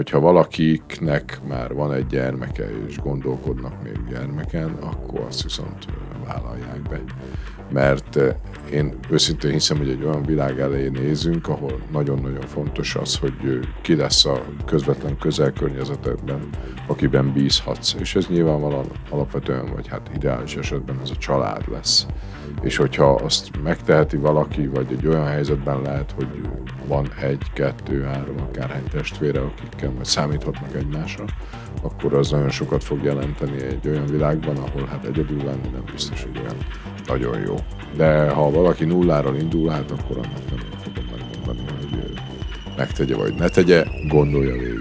hogyha valakiknek már van egy gyermeke, és gondolkodnak még gyermeken, akkor azt viszont vállalják be. Mert én őszintén hiszem, hogy egy olyan világ elé nézünk, ahol nagyon-nagyon fontos az, hogy ki lesz a közvetlen közelkörnyezetedben, akiben bízhatsz. És ez nyilvánvalóan alapvetően, vagy hát ideális esetben ez a család lesz. És hogyha azt megteheti valaki, vagy egy olyan helyzetben lehet, hogy van egy, kettő, három, akárhány testvére, akikkel majd számíthatnak egymásra, akkor az nagyon sokat fog jelenteni egy olyan világban, ahol hát egyedül lenni nem biztos, hogy olyan nagyon jó. De ha valaki nulláról indul, hát akkor annak nem fogom megmondani, hogy megtegye vagy ne tegye, gondolja végig.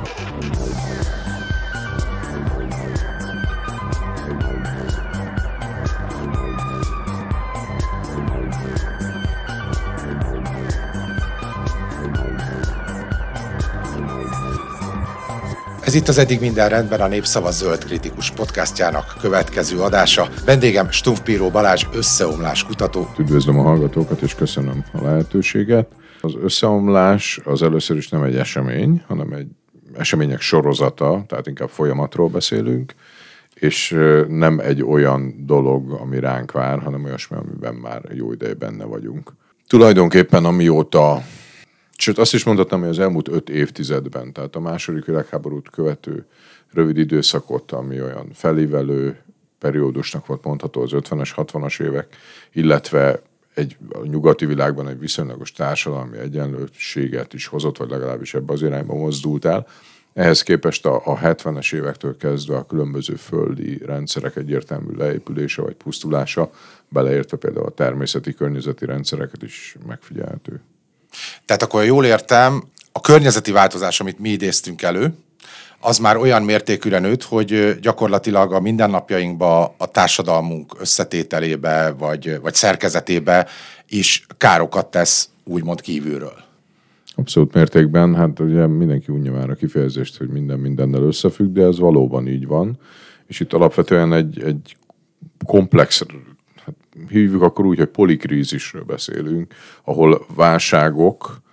Ez itt az Eddig minden rendben, a Népszava zöld kritikus podcastjának következő adása. Vendégem Stumpf Piró Balázs, összeomlás kutató. Üdvözlöm a hallgatókat, és köszönöm a lehetőséget. Az összeomlás az először is nem egy esemény, hanem egy események sorozata, tehát inkább folyamatról beszélünk, és nem egy olyan dolog, ami ránk vár, hanem olyasmi, amiben már jó ideje benne vagyunk. Tulajdonképpen amióta, sőt azt is mondhatnám, hogy az elmúlt 5 évtizedben, tehát a második világháborút követő rövid időszakot, ami olyan felívelő periódusnak volt mondható az 50-es, 60-as évek, illetve a nyugati világban egy viszonylagos társadalmi egyenlőséget is hozott, vagy legalábbis ebbe az irányba mozdult el. Ehhez képest a 70-es évektől kezdve a különböző földi rendszerek egyértelmű leépülése vagy pusztulása, beleértve például a természeti környezeti rendszereket is megfigyelhető. Tehát akkor jól értem, a környezeti változás, amit mi idéztünk elő, az már olyan mértékűre nőtt, hogy gyakorlatilag a mindennapjainkba, a társadalmunk összetételébe, vagy szerkezetébe is károkat tesz, úgymond kívülről. Abszolút mértékben, hát ugye mindenki unja már a kifejezést, hogy minden mindennel összefügg, de ez valóban így van. És itt alapvetően egy komplex, hát hívjuk akkor úgy, hogy polikrízisről beszélünk, ahol válságok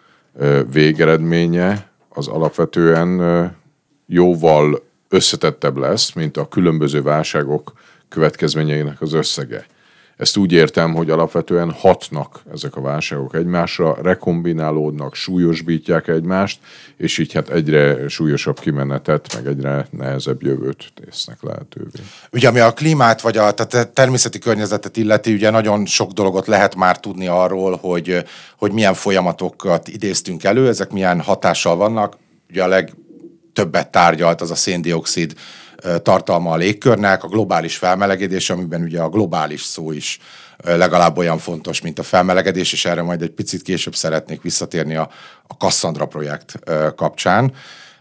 végeredménye az alapvetően jóval összetettebb lesz, mint a különböző válságok következményeinek az összege. Ezt úgy értem, hogy alapvetően hatnak ezek a válságok egymásra, rekombinálódnak, súlyosbítják egymást, és így hát egyre súlyosabb kimenetet, meg egyre nehezebb jövőt tesznek lehetővé. Ugye ami a klímát, vagy a természeti környezetet illeti, ugye nagyon sok dolgot lehet már tudni arról, hogy milyen folyamatokat idéztünk elő, ezek milyen hatással vannak. Ugye a legtöbbet tárgyalt az a szén-dioxid tartalma a légkörnek, a globális felmelegedés, amiben ugye a globális szó is legalább olyan fontos, mint a felmelegedés, és erre majd egy picit később szeretnék visszatérni a Cassandra projekt kapcsán,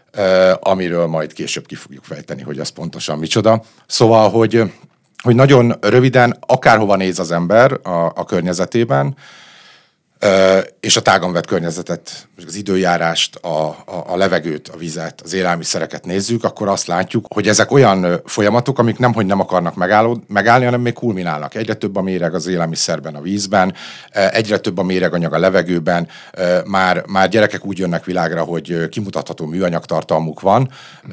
amiről majd később ki fogjuk fejteni, hogy az pontosan micsoda. Szóval, hogy nagyon röviden, akárhova néz az ember a környezetében, és a tágan vett környezetet, az időjárást, a levegőt, a vizet, az élelmiszereket nézzük, akkor azt látjuk, hogy ezek olyan folyamatok, amik nemhogy nem akarnak megállni, hanem még kulminálnak. Egyre több a méreg az élelmiszerben, a vízben, egyre több a méreganyag a levegőben, már gyerekek úgy jönnek világra, hogy kimutatható műanyagtartalmuk van,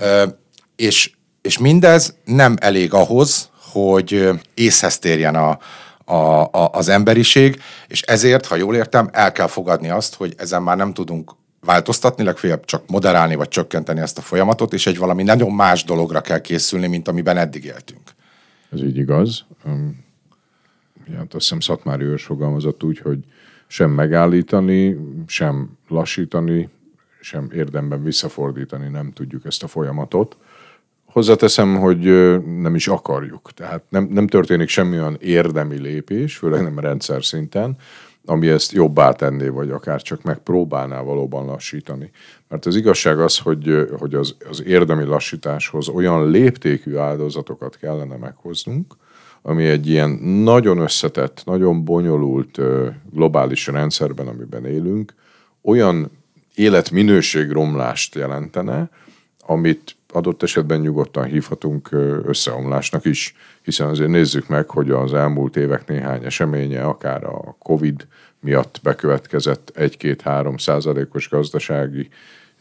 és mindez nem elég ahhoz, hogy észhez térjen az emberiség, és ezért, ha jól értem, el kell fogadni azt, hogy ezen már nem tudunk változtatni, legfeljebb csak moderálni vagy csökkenteni ezt a folyamatot, és egy valami nagyon más dologra kell készülni, mint amiben eddig éltünk. Ez így igaz. Hát azt hiszem Szatmári őrs fogalmazott úgy, hogy sem megállítani, sem lassítani, sem érdemben visszafordítani nem tudjuk ezt a folyamatot. Hozzáteszem, hogy nem is akarjuk. Tehát nem történik semmilyen érdemi lépés, főleg nem rendszer szinten, ami ezt jobbá tenné, vagy akár csak megpróbálná valóban lassítani. Mert az igazság az, hogy az érdemi lassításhoz olyan léptékű áldozatokat kellene meghoznunk, ami egy ilyen nagyon összetett, nagyon bonyolult globális rendszerben, amiben élünk, olyan életminőségromlást jelentene, amit adott esetben nyugodtan hívhatunk összeomlásnak is, hiszen azért nézzük meg, hogy az elmúlt évek néhány eseménye, akár a Covid miatt bekövetkezett 1-2-3% gazdasági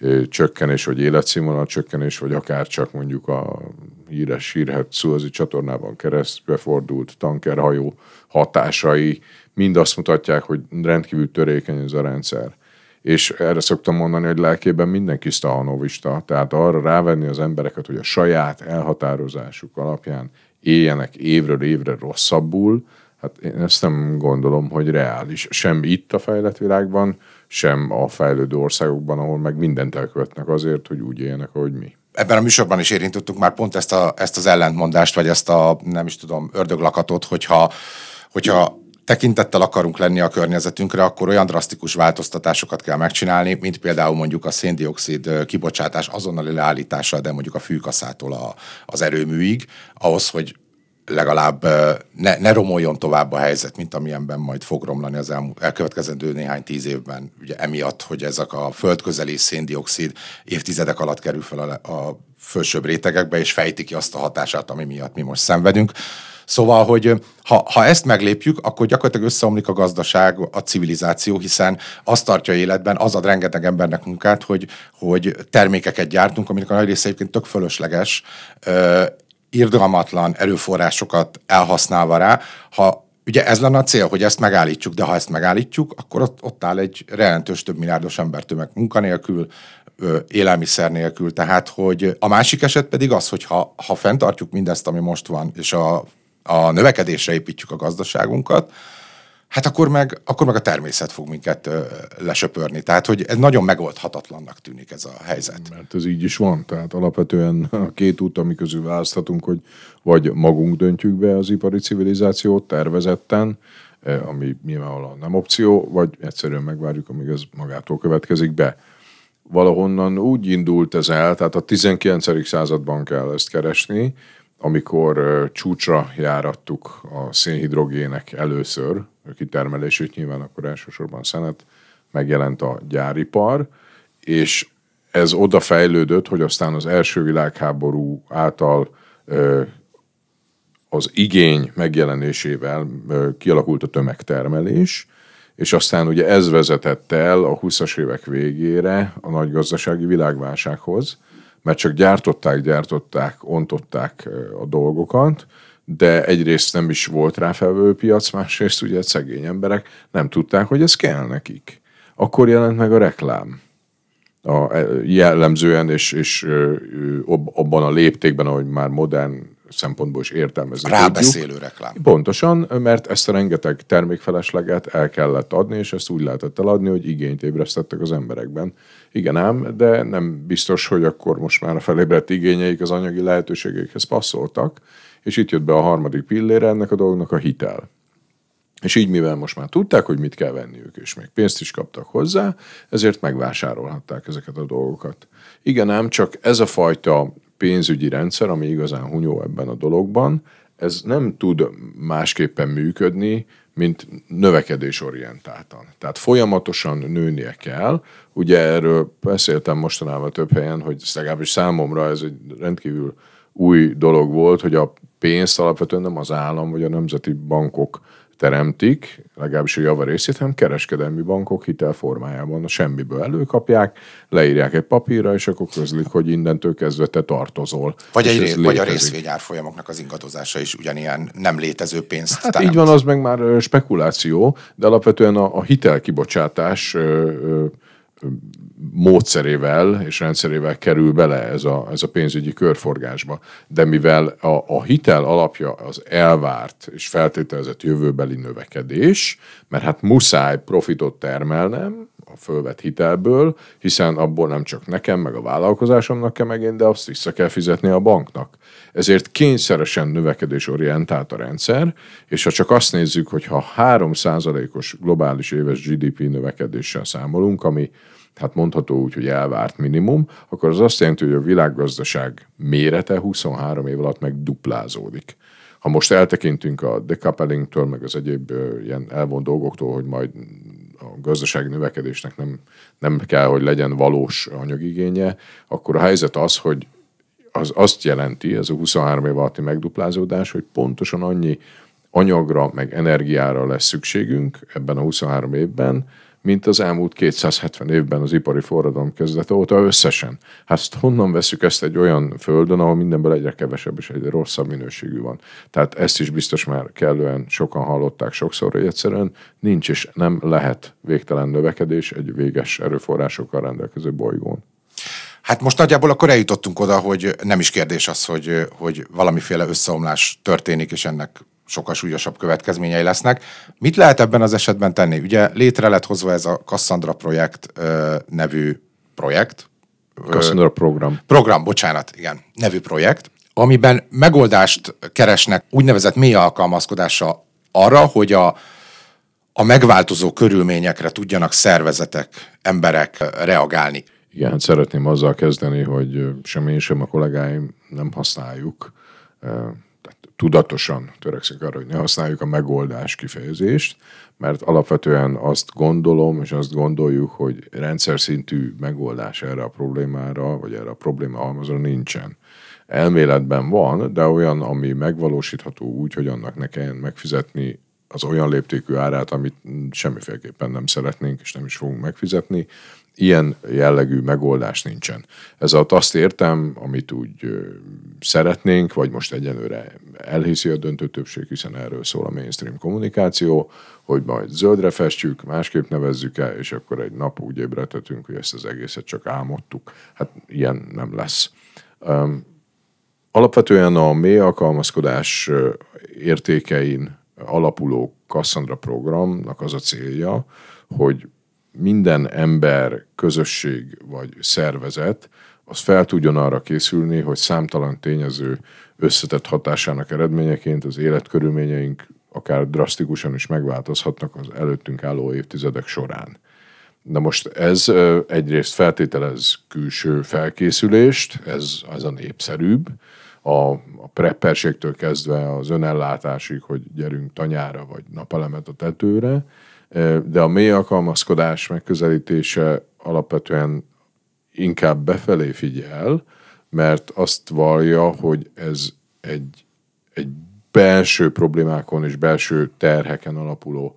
csökkenés, vagy életszínvonal csökkenés, vagy akár csak mondjuk a híres hírhedt Szuezi csatornában keresztbe fordult tankerhajó hatásai mind azt mutatják, hogy rendkívül törékeny ez a rendszer. És erre szoktam mondani, hogy lelkében mindenki sztahanovista, tehát arra rávenni az embereket, hogy a saját elhatározásuk alapján éljenek évről évre rosszabbul, hát én ezt nem gondolom, hogy reális. Sem itt a fejlett világban, sem a fejlődő országokban, ahol meg mindent elkövetnek azért, hogy úgy éljenek, ahogy mi. Ebben a műsorban is érintottuk már pont ezt az ellentmondást, vagy ezt a, nem is tudom, ördöglakatot, hogyha tekintettel akarunk lenni a környezetünkre, akkor olyan drasztikus változtatásokat kell megcsinálni, mint például mondjuk a szén-dioxid kibocsátás azonnali leállítása, de mondjuk a fűkaszától az erőműig, ahhoz, hogy legalább ne romoljon tovább a helyzet, mint amilyenben majd fog romlani az elkövetkezendő néhány 10 évben. Ugye emiatt, hogy ezek a földközeli szén-dioxid évtizedek alatt kerül fel a fölsőbb rétegekbe, és fejti ki azt a hatását, ami miatt mi most szenvedünk. Szóval, hogy ha ezt meglépjük, akkor gyakorlatilag összeomlik a gazdaság, a civilizáció, hiszen azt tartja életben, az ad rengeteg embernek munkát, hogy termékeket gyártunk, aminek a nagy része egyébként tök fölösleges, irgalmatlan erőforrásokat elhasználva rá. Ugye ez lenne a cél, hogy ezt megállítsuk, de ha ezt megállítjuk, akkor ott áll egy jelentős több milliárdos embertömeg munkanélkül, élelmiszer nélkül. Tehát, hogy a másik eset pedig az, hogy ha fenntartjuk mindezt, ami most van, és a növekedésre építjük a gazdaságunkat, hát akkor meg a természet fog minket lesöpörni. Tehát, hogy ez nagyon megoldhatatlannak tűnik ez a helyzet. Mert ez így is van. Tehát alapvetően a két út, ami közül választhatunk, hogy vagy magunk döntjük be az ipari civilizációt tervezetten, ami nyilvánvalóan nem opció, vagy egyszerűen megvárjuk, amíg ez magától következik be. Valahonnan úgy indult ez el, tehát a 19. században kell ezt keresni, amikor csúcsra járattuk a szénhidrogének először, a kitermelését nyilván akkor elsősorban szenet, megjelent a gyáripar, és ez oda fejlődött, hogy aztán az első világháború által az igény megjelenésével kialakult a tömegtermelés, és aztán ugye ez vezetett el a 20-as évek végére a nagy gazdasági világválsághoz, mert csak gyártották, ontották a dolgokat, de egyrészt nem is volt rá felvevő piac, másrészt ugye szegény emberek nem tudták, hogy ez kell nekik. Akkor jelent meg a reklám. Jellemzően és abban a léptékben, ahogy már modern szempontból is értelmezni rábeszélő tudjuk. reklám. Pontosan, mert ezt a rengeteg termékfelesleget el kellett adni, és ezt úgy lehetett eladni, hogy igényt ébresztettek az emberekben. Igen ám, de nem biztos, hogy akkor most már a felébredt igényeik az anyagi lehetőségeikhez passzoltak, és itt jött be a harmadik pillére ennek a dolognak, a hitel. És így, mivel most már tudták, hogy mit kell venniük, és még pénzt is kaptak hozzá, ezért megvásárolhatták ezeket a dolgokat. Igen ám, csak ez a fajta pénzügyi rendszer, ami igazán hunyó ebben a dologban, ez nem tud másképpen működni, mint növekedésorientáltan. Tehát folyamatosan nőnie kell. Ugye erről beszéltem mostanában több helyen, hogy legalábbis számomra ez egy rendkívül új dolog volt, hogy a pénzt alapvetően nem az állam vagy a nemzeti bankok teremtik, legalábbis a java részét, hanem kereskedelmi bankok hitelformájában a semmiből előkapják, leírják egy papírra, és akkor közlik, hogy innentől kezdve te tartozol. Vagy a részvényárfolyamoknak az ingadozása is ugyanilyen nem létező pénzt teremt. Így van, az meg már spekuláció, de alapvetően a hitelkibocsátás módszerével és rendszerével kerül bele ez a pénzügyi körforgásba. De mivel a hitel alapja az elvárt és feltételezett jövőbeli növekedés, mert hát muszáj profitot termelnem a fölvett hitelből, hiszen abból nem csak nekem, meg a vállalkozásomnak kell megélni, de azt vissza kell fizetni a banknak. Ezért kényszeresen növekedésorientált a rendszer, és ha csak azt nézzük, hogy ha 3%-os globális éves GDP növekedéssel számolunk, ami hát mondható úgy, hogy elvárt minimum, akkor az azt jelenti, hogy a világgazdaság mérete 23 év alatt megduplázódik. Ha most eltekintünk a decouplingtől, meg az egyéb ilyen elvont dolgoktól, hogy majd a gazdasági növekedésnek nem kell, hogy legyen valós anyagigénye, akkor a helyzet az, hogy az azt jelenti, ez a 23 év alatti megduplázódás, hogy pontosan annyi anyagra, meg energiára lesz szükségünk ebben a 23 évben, mint az elmúlt 270 évben az ipari forradalom kezdete óta összesen. Hát honnan veszük ezt egy olyan földön, ahol mindenből egyre kevesebb és egyre rosszabb minőségű van. Tehát ezt is biztos már kellően sokan hallották sokszor, hogy egyszerűen nincs és nem lehet végtelen növekedés egy véges erőforrásokkal rendelkező bolygón. Hát most nagyjából akkor eljutottunk oda, hogy nem is kérdés az, hogy valamiféle összeomlás történik, és ennek sokkal súlyosabb következményei lesznek. Mit lehet ebben az esetben tenni? Ugye létre lett hozva ez a Cassandra projekt nevű projekt. Cassandra program. Program, bocsánat, igen, nevű projekt, amiben megoldást keresnek úgynevezett mély alkalmazkodása arra, hogy a megváltozó körülményekre tudjanak szervezetek, emberek reagálni. Igen, hát szeretném azzal kezdeni, hogy sem én, sem a kollégáim nem használjuk, tehát tudatosan törekszünk arra, hogy ne használjuk a megoldás kifejezést, mert alapvetően azt gondolom, és azt gondoljuk, hogy rendszer szintű megoldás erre a problémára, vagy erre a probléma halmazra nincsen. Elméletben van, de olyan, ami megvalósítható úgy, hogy annak ne kelljen megfizetni az olyan léptékű árát, amit semmiféleképpen nem szeretnénk, és nem is fogunk megfizetni. Ilyen jellegű megoldás nincsen. Ez alatt azt értem, amit úgy szeretnénk, vagy most egyenlőre elhiszi a döntő többség, hiszen erről szól a mainstream kommunikáció, hogy majd zöldre festjük, másképp nevezzük el, és akkor egy nap úgy ébredhetünk, hogy ezt az egészet csak álmodtuk. Hát ilyen nem lesz. Alapvetően a mély alkalmazkodás értékein alapuló Cassandra programnak az a célja, hogy minden ember, közösség vagy szervezet az fel tudjon arra készülni, hogy számtalan tényező összetett hatásának eredményeként az életkörülményeink akár drasztikusan is megváltozhatnak az előttünk álló évtizedek során. Na most ez egyrészt feltételez külső felkészülést, ez a népszerűbb, a prepperségtől kezdve az önellátásig, hogy gyerünk tanyára vagy napelemet a tetőre, de a mély alkalmazkodás megközelítése alapvetően inkább befelé figyel, mert azt vallja, hogy ez egy belső problémákon és belső terheken alapuló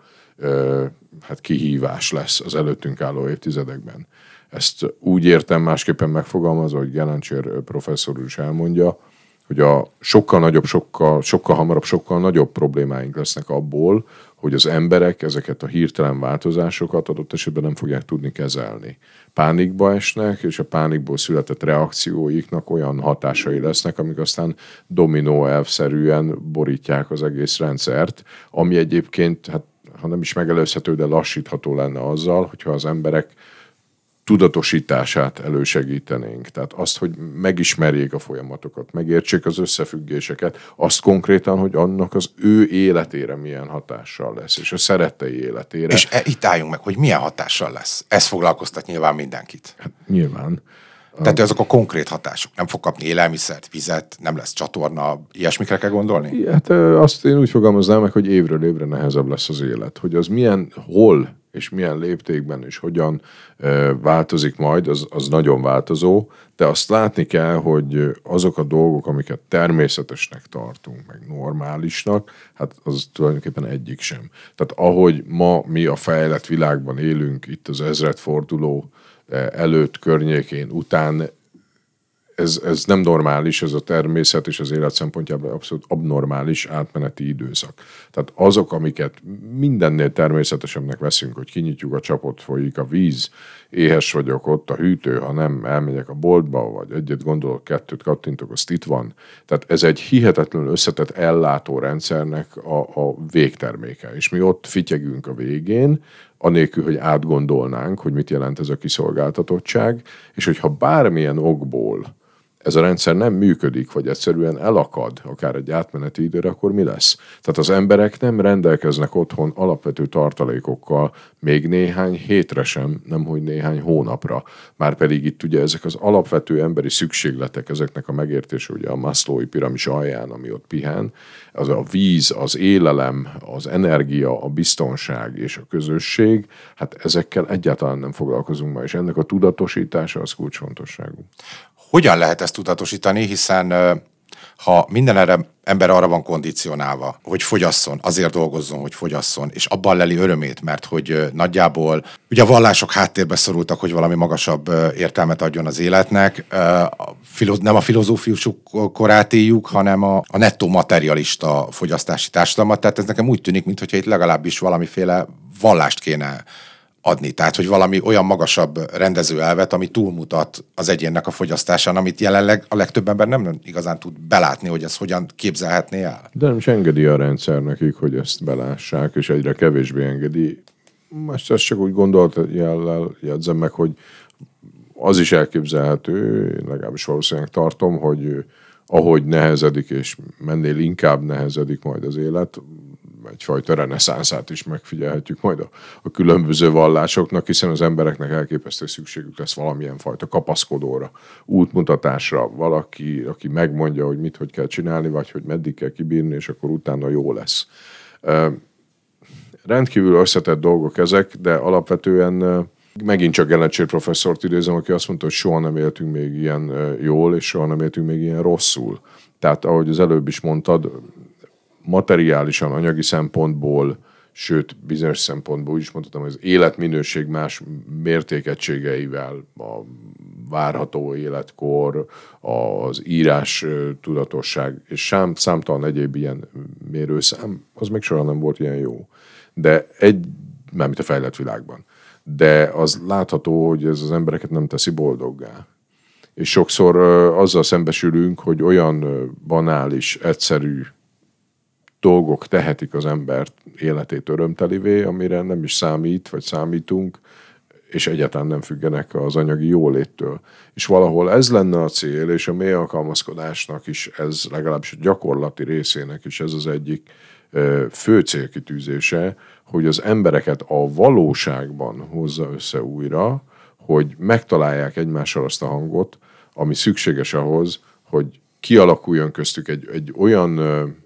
kihívás lesz az előttünk álló évtizedekben. Ezt úgy értem, másképpen megfogalmazva, hogy Gelencsér professzor is elmondja, hogy a sokkal hamarabb, sokkal nagyobb problémáink lesznek abból, hogy az emberek ezeket a hirtelen változásokat adott esetben nem fogják tudni kezelni. Pánikba esnek, és a pánikból született reakcióiknak olyan hatásai lesznek, amik aztán dominó elvszerűen borítják az egész rendszert, ami egyébként, hát, ha nem is megelőzhető, de lassítható lenne azzal, hogyha az emberek tudatosítását elősegítenénk. Tehát azt, hogy megismerjék a folyamatokat, megértsék az összefüggéseket, azt konkrétan, hogy annak az ő életére milyen hatással lesz, és a szerettei életére. És itt álljunk meg, hogy milyen hatással lesz. Ez foglalkoztat nyilván mindenkit. Hát nyilván. Tehát azok a konkrét hatások. Nem fog kapni élelmiszert, vizet, nem lesz csatorna, ilyesmikre kell gondolni? Hát azt én úgy fogalmaznám meg, hogy évről évre nehezebb lesz az élet. Hogy az milyen, hol és milyen léptékben és hogyan változik majd, az nagyon változó, de azt látni kell, hogy azok a dolgok, amiket természetesnek tartunk, meg normálisnak, hát az tulajdonképpen egyik sem. Tehát ahogy ma mi a fejlett világban élünk, itt az ezredforduló előtt, környékén, után, ez nem normális, ez a természet és az élet szempontjából abszolút abnormális átmeneti időszak. Tehát azok, amiket mindennél természetesebbnek veszünk, hogy kinyitjuk a csapot, folyik a víz, éhes vagyok, ott a hűtő, ha nem elmegyek a boltba, vagy egyet gondolok, kettőt kattintok, azt itt van. Tehát ez egy hihetetlenül összetett ellátórendszernek a végterméke. És mi ott fityegünk a végén, anélkül, hogy átgondolnánk, hogy mit jelent ez a kiszolgáltatottság, és hogyha bármilyen okból ez a rendszer nem működik, vagy egyszerűen elakad, akár egy átmeneti időre, akkor mi lesz? Tehát az emberek nem rendelkeznek otthon alapvető tartalékokkal még néhány hétre sem, nemhogy néhány hónapra. Márpedig itt ugye ezek az alapvető emberi szükségletek, ezeknek a megértése ugye a Maslow-i piramis alján, ami ott pihen, az a víz, az élelem, az energia, a biztonság és a közösség, hát ezekkel egyáltalán nem foglalkozunk ma, és ennek a tudatosítása az kulcsfontosságú. Hogyan lehet ezt tudatosítani, hiszen ha minden ember arra van kondicionálva, hogy fogyasszon, azért dolgozzon, hogy fogyasszon, és abban leli örömét, mert hogy nagyjából ugye a vallások háttérbe szorultak, hogy valami magasabb értelmet adjon az életnek. Nem a filozófiusok korát éljük, hanem a nettó materialista fogyasztási társadalmat. Tehát ez nekem úgy tűnik, mintha itt legalábbis valamiféle vallást kéne adni. Tehát, hogy valami olyan magasabb rendezőelvet, ami túlmutat az egyénnek a fogyasztásán, amit jelenleg a legtöbb ember nem igazán tud belátni, hogy ez hogyan képzelhetné el. De nem is engedi a rendszer nekik, hogy ezt belássák, és egyre kevésbé engedi. Most ezt csak úgy gondolatjellel jegyzem meg, hogy az is elképzelhető, én legalábbis valószínűleg tartom, hogy ahogy nehezedik, és mennél inkább nehezedik majd az élet, egyfajta reneszánszát is megfigyelhetjük majd a különböző vallásoknak, hiszen az embereknek elképesztő szükségük lesz valamilyen fajta kapaszkodóra, útmutatásra, valaki, aki megmondja, hogy mit, hogy kell csinálni, vagy hogy meddig kell kibírni, és akkor utána jó lesz. Rendkívül összetett dolgok ezek, de alapvetően megint csak Gelencsér professzort idézem, aki azt mondta, hogy soha nem éltünk még ilyen jól, és soha nem éltünk még ilyen rosszul. Tehát, ahogy az előbb is mondtad, materiálisan, anyagi szempontból, sőt, bizonyos szempontból úgy is mondhatom, hogy az életminőség más mértékegységeivel, a várható életkor, az írás tudatosság, és számtalan egyéb ilyen mérőszám, az még soha nem volt ilyen jó. De mármint a fejlett világban. De az látható, hogy ez az embereket nem teszi boldoggá. És sokszor azzal szembesülünk, hogy olyan banális, egyszerű dolgok tehetik az embert életét örömtelivé, amire nem is számít, vagy számítunk, és egyáltalán nem függenek az anyagi jóléttől. És valahol ez lenne a cél, és a mély alkalmazkodásnak is ez, legalábbis a gyakorlati részének is ez az egyik fő célkitűzése, hogy az embereket a valóságban hozza össze újra, hogy megtalálják egymással azt a hangot, ami szükséges ahhoz, hogy kialakuljon köztük egy olyan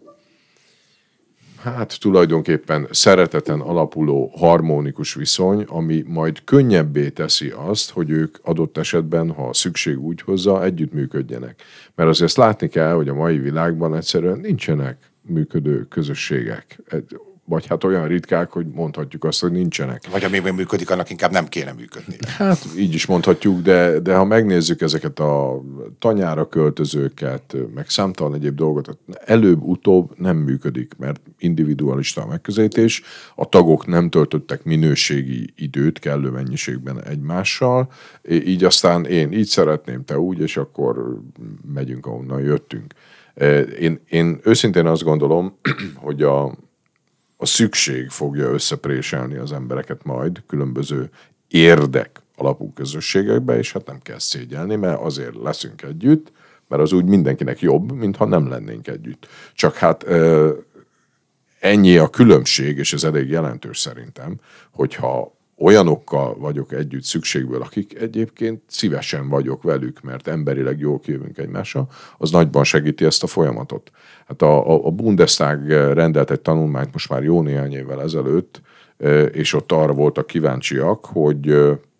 tulajdonképpen szereteten alapuló harmonikus viszony, ami majd könnyebbé teszi azt, hogy ők adott esetben, ha szükség úgy hozza, együttműködjenek. Mert azért ezt látni kell, hogy a mai világban egyszerűen nincsenek működő közösségek. Vagy hát olyan ritkák, hogy mondhatjuk azt, hogy nincsenek. Vagy amiben működik, annak inkább nem kéne működni. Hát így is mondhatjuk, de ha megnézzük ezeket a tanyára költözőket, meg számtalan egyéb dolgot, előbb-utóbb nem működik, mert individualista a megközelítés, a tagok nem töltöttek minőségi időt kellő mennyiségben egymással, így aztán én így szeretném, te úgy, és akkor megyünk, ahonnan jöttünk. Én őszintén azt gondolom, hogy a szükség fogja összepréselni az embereket majd különböző érdek alapú közösségekbe, és hát nem kell szégyelni, mert azért leszünk együtt, mert az úgy mindenkinek jobb, mintha nem lennénk együtt. Csak hát ennyi a különbség, és ez elég jelentős szerintem, hogyha olyanokkal vagyok együtt szükségből, akik egyébként szívesen vagyok velük, mert emberileg jól kijövünk egymással, az nagyban segíti ezt a folyamatot. Hát a Bundestag rendelt egy tanulmányt most már jó néhány évvel ezelőtt, és ott arra voltak kíváncsiak, hogy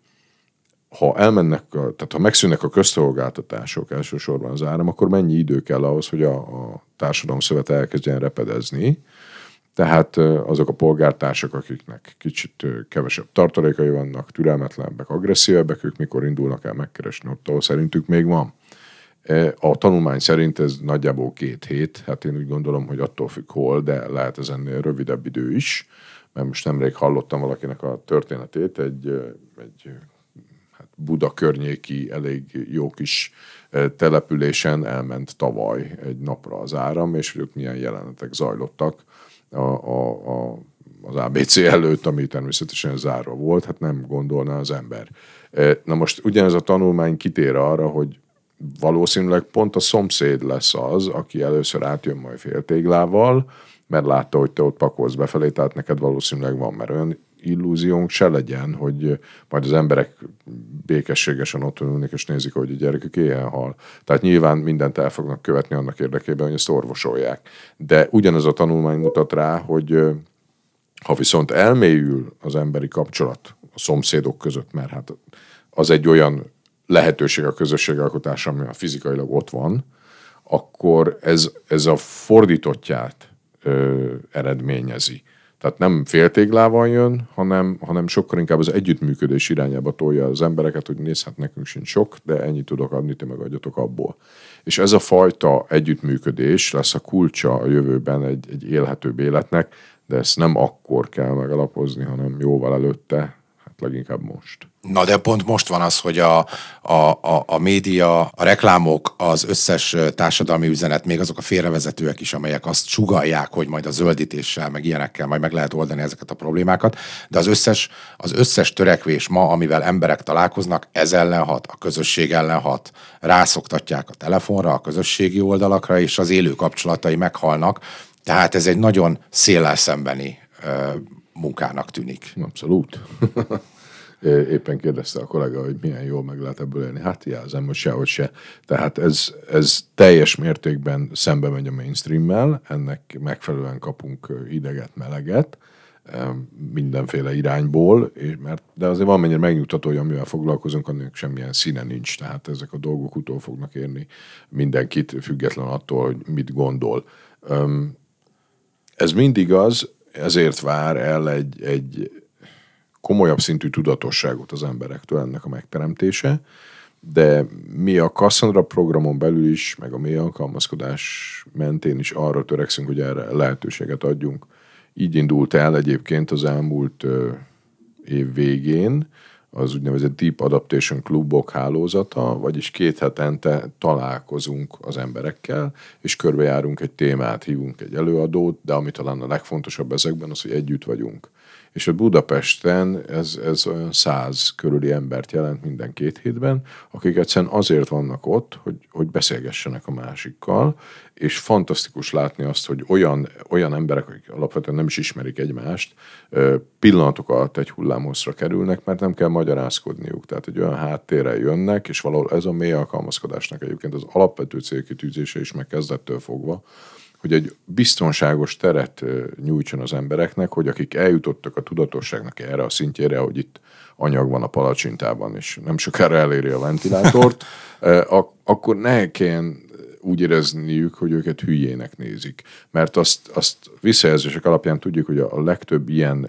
ha megszűnnek a közszolgáltatások, elsősorban az áram, akkor mennyi idő kell ahhoz, hogy a társadalomszövet elkezdjen repedezni. Tehát azok a polgártársak, akiknek kicsit kevesebb tartalékai vannak, türelmetlenebbek, agresszívebbek, ők mikor indulnak el megkeresni ott, ahol szerintük még van. A tanulmány szerint ez nagyjából 2 hét, hát én úgy gondolom, hogy attól függ hol, de lehet ez ennél rövidebb idő is, mert most nemrég hallottam valakinek a történetét, egy Buda környéki elég jó kis településen elment tavaly egy napra az áram, és hogy ott milyen jelenetek zajlottak az ABC előtt, ami természetesen zárva volt, hát nem gondolná az ember. Na most ugyanez a tanulmány kitér arra, hogy valószínűleg pont a szomszéd lesz az, aki először átjön majd féltéglával, mert látta, hogy te ott pakolsz befelé, tehát neked valószínűleg van, mert olyan illúziónk se legyen, hogy majd az emberek békességesen ott ülnek, és nézik, hogy a gyerekük éhen hal. Tehát nyilván mindent el fognak követni annak érdekében, hogy ezt orvosolják. De ugyanez a tanulmány mutat rá, hogy ha viszont elmélyül az emberi kapcsolat a szomszédok között, mert hát az egy olyan lehetőség a közösségalkotásra, ami fizikailag ott van, akkor ez a fordítottját eredményezi. Tehát nem féltéglával jön, hanem sokkal inkább az együttműködés irányába tolja az embereket, hogy nézd, hát nekünk sincs sok, de ennyit tudok adni, ti meg adjatok abból. És ez a fajta együttműködés lesz a kulcsa a jövőben egy élhetőbb életnek, de ezt nem akkor kell megalapozni, hanem jóval előtte, hát leginkább most. Na de pont most van az, hogy a média, a reklámok, az összes társadalmi üzenet, még azok a félrevezetőek is, amelyek azt sugallják, hogy majd a zöldítéssel, meg ilyenekkel majd meg lehet oldani ezeket a problémákat, de az összes törekvés ma, amivel emberek találkoznak, ez ellen hat, a közösség ellen hat, rászoktatják a telefonra, a közösségi oldalakra, és az élő kapcsolatai meghalnak, tehát ez egy nagyon széllel szembeni munkának tűnik. Abszolút. Éppen kérdezte a kollega, hogy milyen jól meg lehet ebből élni. Hát jelzem, hogy sehogy se. Tehát ez teljes mértékben szembe megy a mainstreammel, ennek megfelelően kapunk hideget, meleget, mindenféle irányból, de azért van mennyire megnyugtató, hogy amivel foglalkozunk, annak semmilyen színe nincs, tehát ezek a dolgok utól fognak érni mindenkit, független attól, hogy mit gondol. Ez mindig az, ezért vár el egy komolyabb szintű tudatosságot az emberektől ennek a megteremtése, de mi a Cassandra programon belül is, meg a mély alkalmazkodás mentén is arra törekszünk, hogy erre lehetőséget adjunk. Így indult el egyébként az elmúlt év végén az úgynevezett Deep Adaptation klubok hálózata, vagyis 2 hetente találkozunk az emberekkel, és körbejárunk egy témát, hívunk egy előadót, de ami talán a legfontosabb ezekben az, hogy együtt vagyunk. És a Budapesten ez olyan 100 körüli embert jelent minden 2 hétben, akik egyszerűen azért vannak ott, hogy beszélgessenek a másikkal, és fantasztikus látni azt, hogy olyan emberek, akik alapvetően nem is ismerik egymást, pillanatok alatt egy hullámhosszra kerülnek, mert nem kell magyarázkodniuk. Tehát egy olyan háttérrel jönnek, és valahol ez a mély alkalmazkodásnak egyébként az alapvető célkitűzése is meg kezdettől fogva, hogy egy biztonságos teret nyújtson az embereknek, hogy akik eljutottak a tudatosságnak erre a szintjére, hogy itt anyag van a palacsintában, és nem sokára eléri a ventilátort, akkor ne kelljen úgy érezniük, hogy őket hülyének nézik. Mert azt visszajelzések alapján tudjuk, hogy a legtöbb ilyen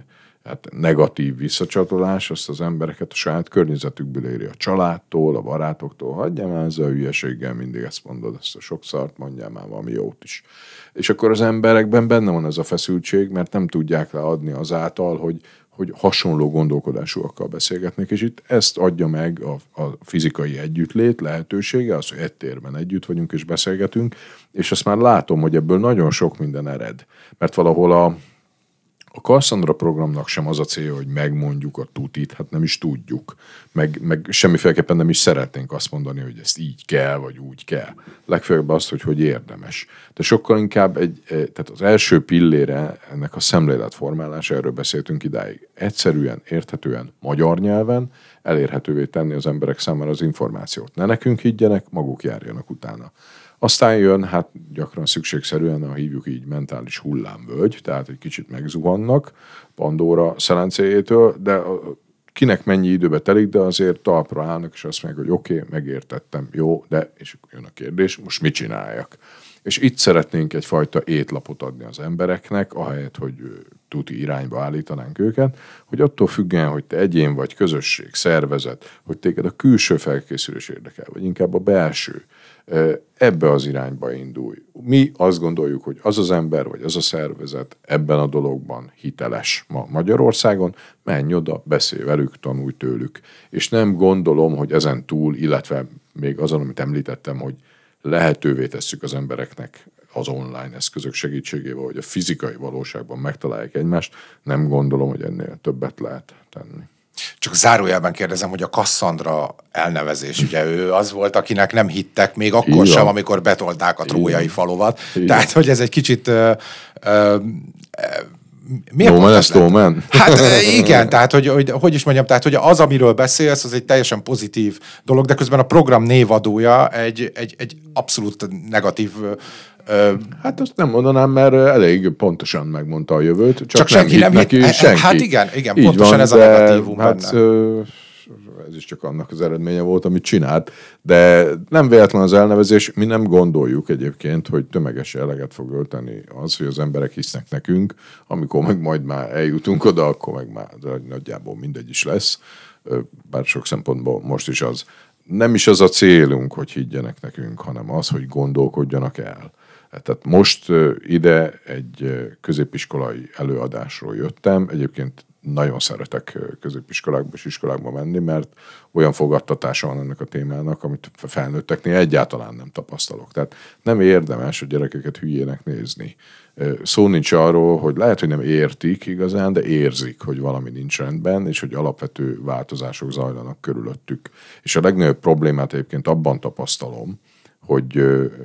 negatív visszacsatolás azt az embereket a saját környezetükből éri, a családtól, a barátoktól. Hagyjál már ezzel a hülyeséggel, mindig ezt mondod, ezt a sok szart, mondjál már valami jót is. És akkor az emberekben benne van ez a feszültség, mert nem tudják leadni azáltal, hogy hasonló gondolkodásúakkal beszélgetnek, és itt ezt adja meg a fizikai együttlét lehetősége, az, hogy egy térben együtt vagyunk és beszélgetünk, és azt már látom, hogy ebből nagyon sok minden ered. Mert valahol a Cassandra programnak sem az a célja, hogy megmondjuk a tutit, hát nem is tudjuk. Meg semmiféleképpen nem is szeretnénk azt mondani, hogy ezt így kell, vagy úgy kell. Legfeljebb azt, hogy érdemes. De sokkal inkább tehát az első pillére ennek a szemléletformálása, erről beszéltünk idáig. Egyszerűen, érthetően, magyar nyelven elérhetővé tenni az emberek számára az információt. Ne nekünk higgyenek, maguk járjanak utána. Aztán jön, hát gyakran szükségszerűen, ha hívjuk így, mentális hullámvölgy, tehát egy kicsit megzuhannak Pandora szelencéjétől, de kinek mennyi időbe telik, de azért talpra állnak, és azt mondják, hogy oké, megértettem, jó, de, és jön a kérdés, most mit csináljak? És itt szeretnénk egyfajta étlapot adni az embereknek, ahelyett, hogy tuti irányba állítanánk őket, hogy attól függően, hogy te egyén vagy, közösség, szervezet, hogy téged a külső felkészülés érdekel, vagy inkább a belső, ebbe az irányba indulj. Mi azt gondoljuk, hogy az az ember, vagy az a szervezet ebben a dologban hiteles ma Magyarországon, menj oda, beszélj velük, tanulj tőlük. És nem gondolom, hogy ezen túl, illetve még azon, amit említettem, hogy lehetővé tesszük az embereknek az online eszközök segítségével, hogy a fizikai valóságban megtalálják egymást, nem gondolom, hogy ennél többet lehet tenni. Csak zárójelben kérdezem, hogy a Cassandra elnevezés, ugye ő az volt, akinek nem hittek még akkor sem, amikor betolták a trójai faluvat. Tehát, hogy ez egy kicsit... No man is no man. Hát igen, tehát hogy is mondjam, tehát hogy az, amiről beszélsz, az egy teljesen pozitív dolog, de közben a program névadója egy abszolút negatív... Hát azt nem mondanám, mert elég pontosan megmondta a jövőt. Csak senki nem hitt neki, senki. Hát igen, pontosan van, ez a negatívum hát, benne. ez is csak annak az eredménye volt, amit csinált, de nem véletlen az elnevezés, mi nem gondoljuk egyébként, hogy tömeges eleget fog ölteni az, hogy az emberek hisznek nekünk, amikor meg majd már eljutunk oda, akkor meg már nagyjából mindegy is lesz, bár sok szempontból most is az. Nem is az a célunk, hogy higgyenek nekünk, hanem az, hogy gondolkodjanak el. Tehát most ide egy középiskolai előadásról jöttem. Egyébként nagyon szeretek középiskolákba és iskolákba menni, mert olyan fogadtatása van ennek a témának, amit felnőtteknél egyáltalán nem tapasztalok. Tehát nem érdemes a gyerekeket hülyének nézni. Szó nincs arról, hogy lehet, hogy nem értik igazán, de érzik, hogy valami nincs rendben, és hogy alapvető változások zajlanak körülöttük. És a legnagyobb problémát egyébként abban tapasztalom, hogy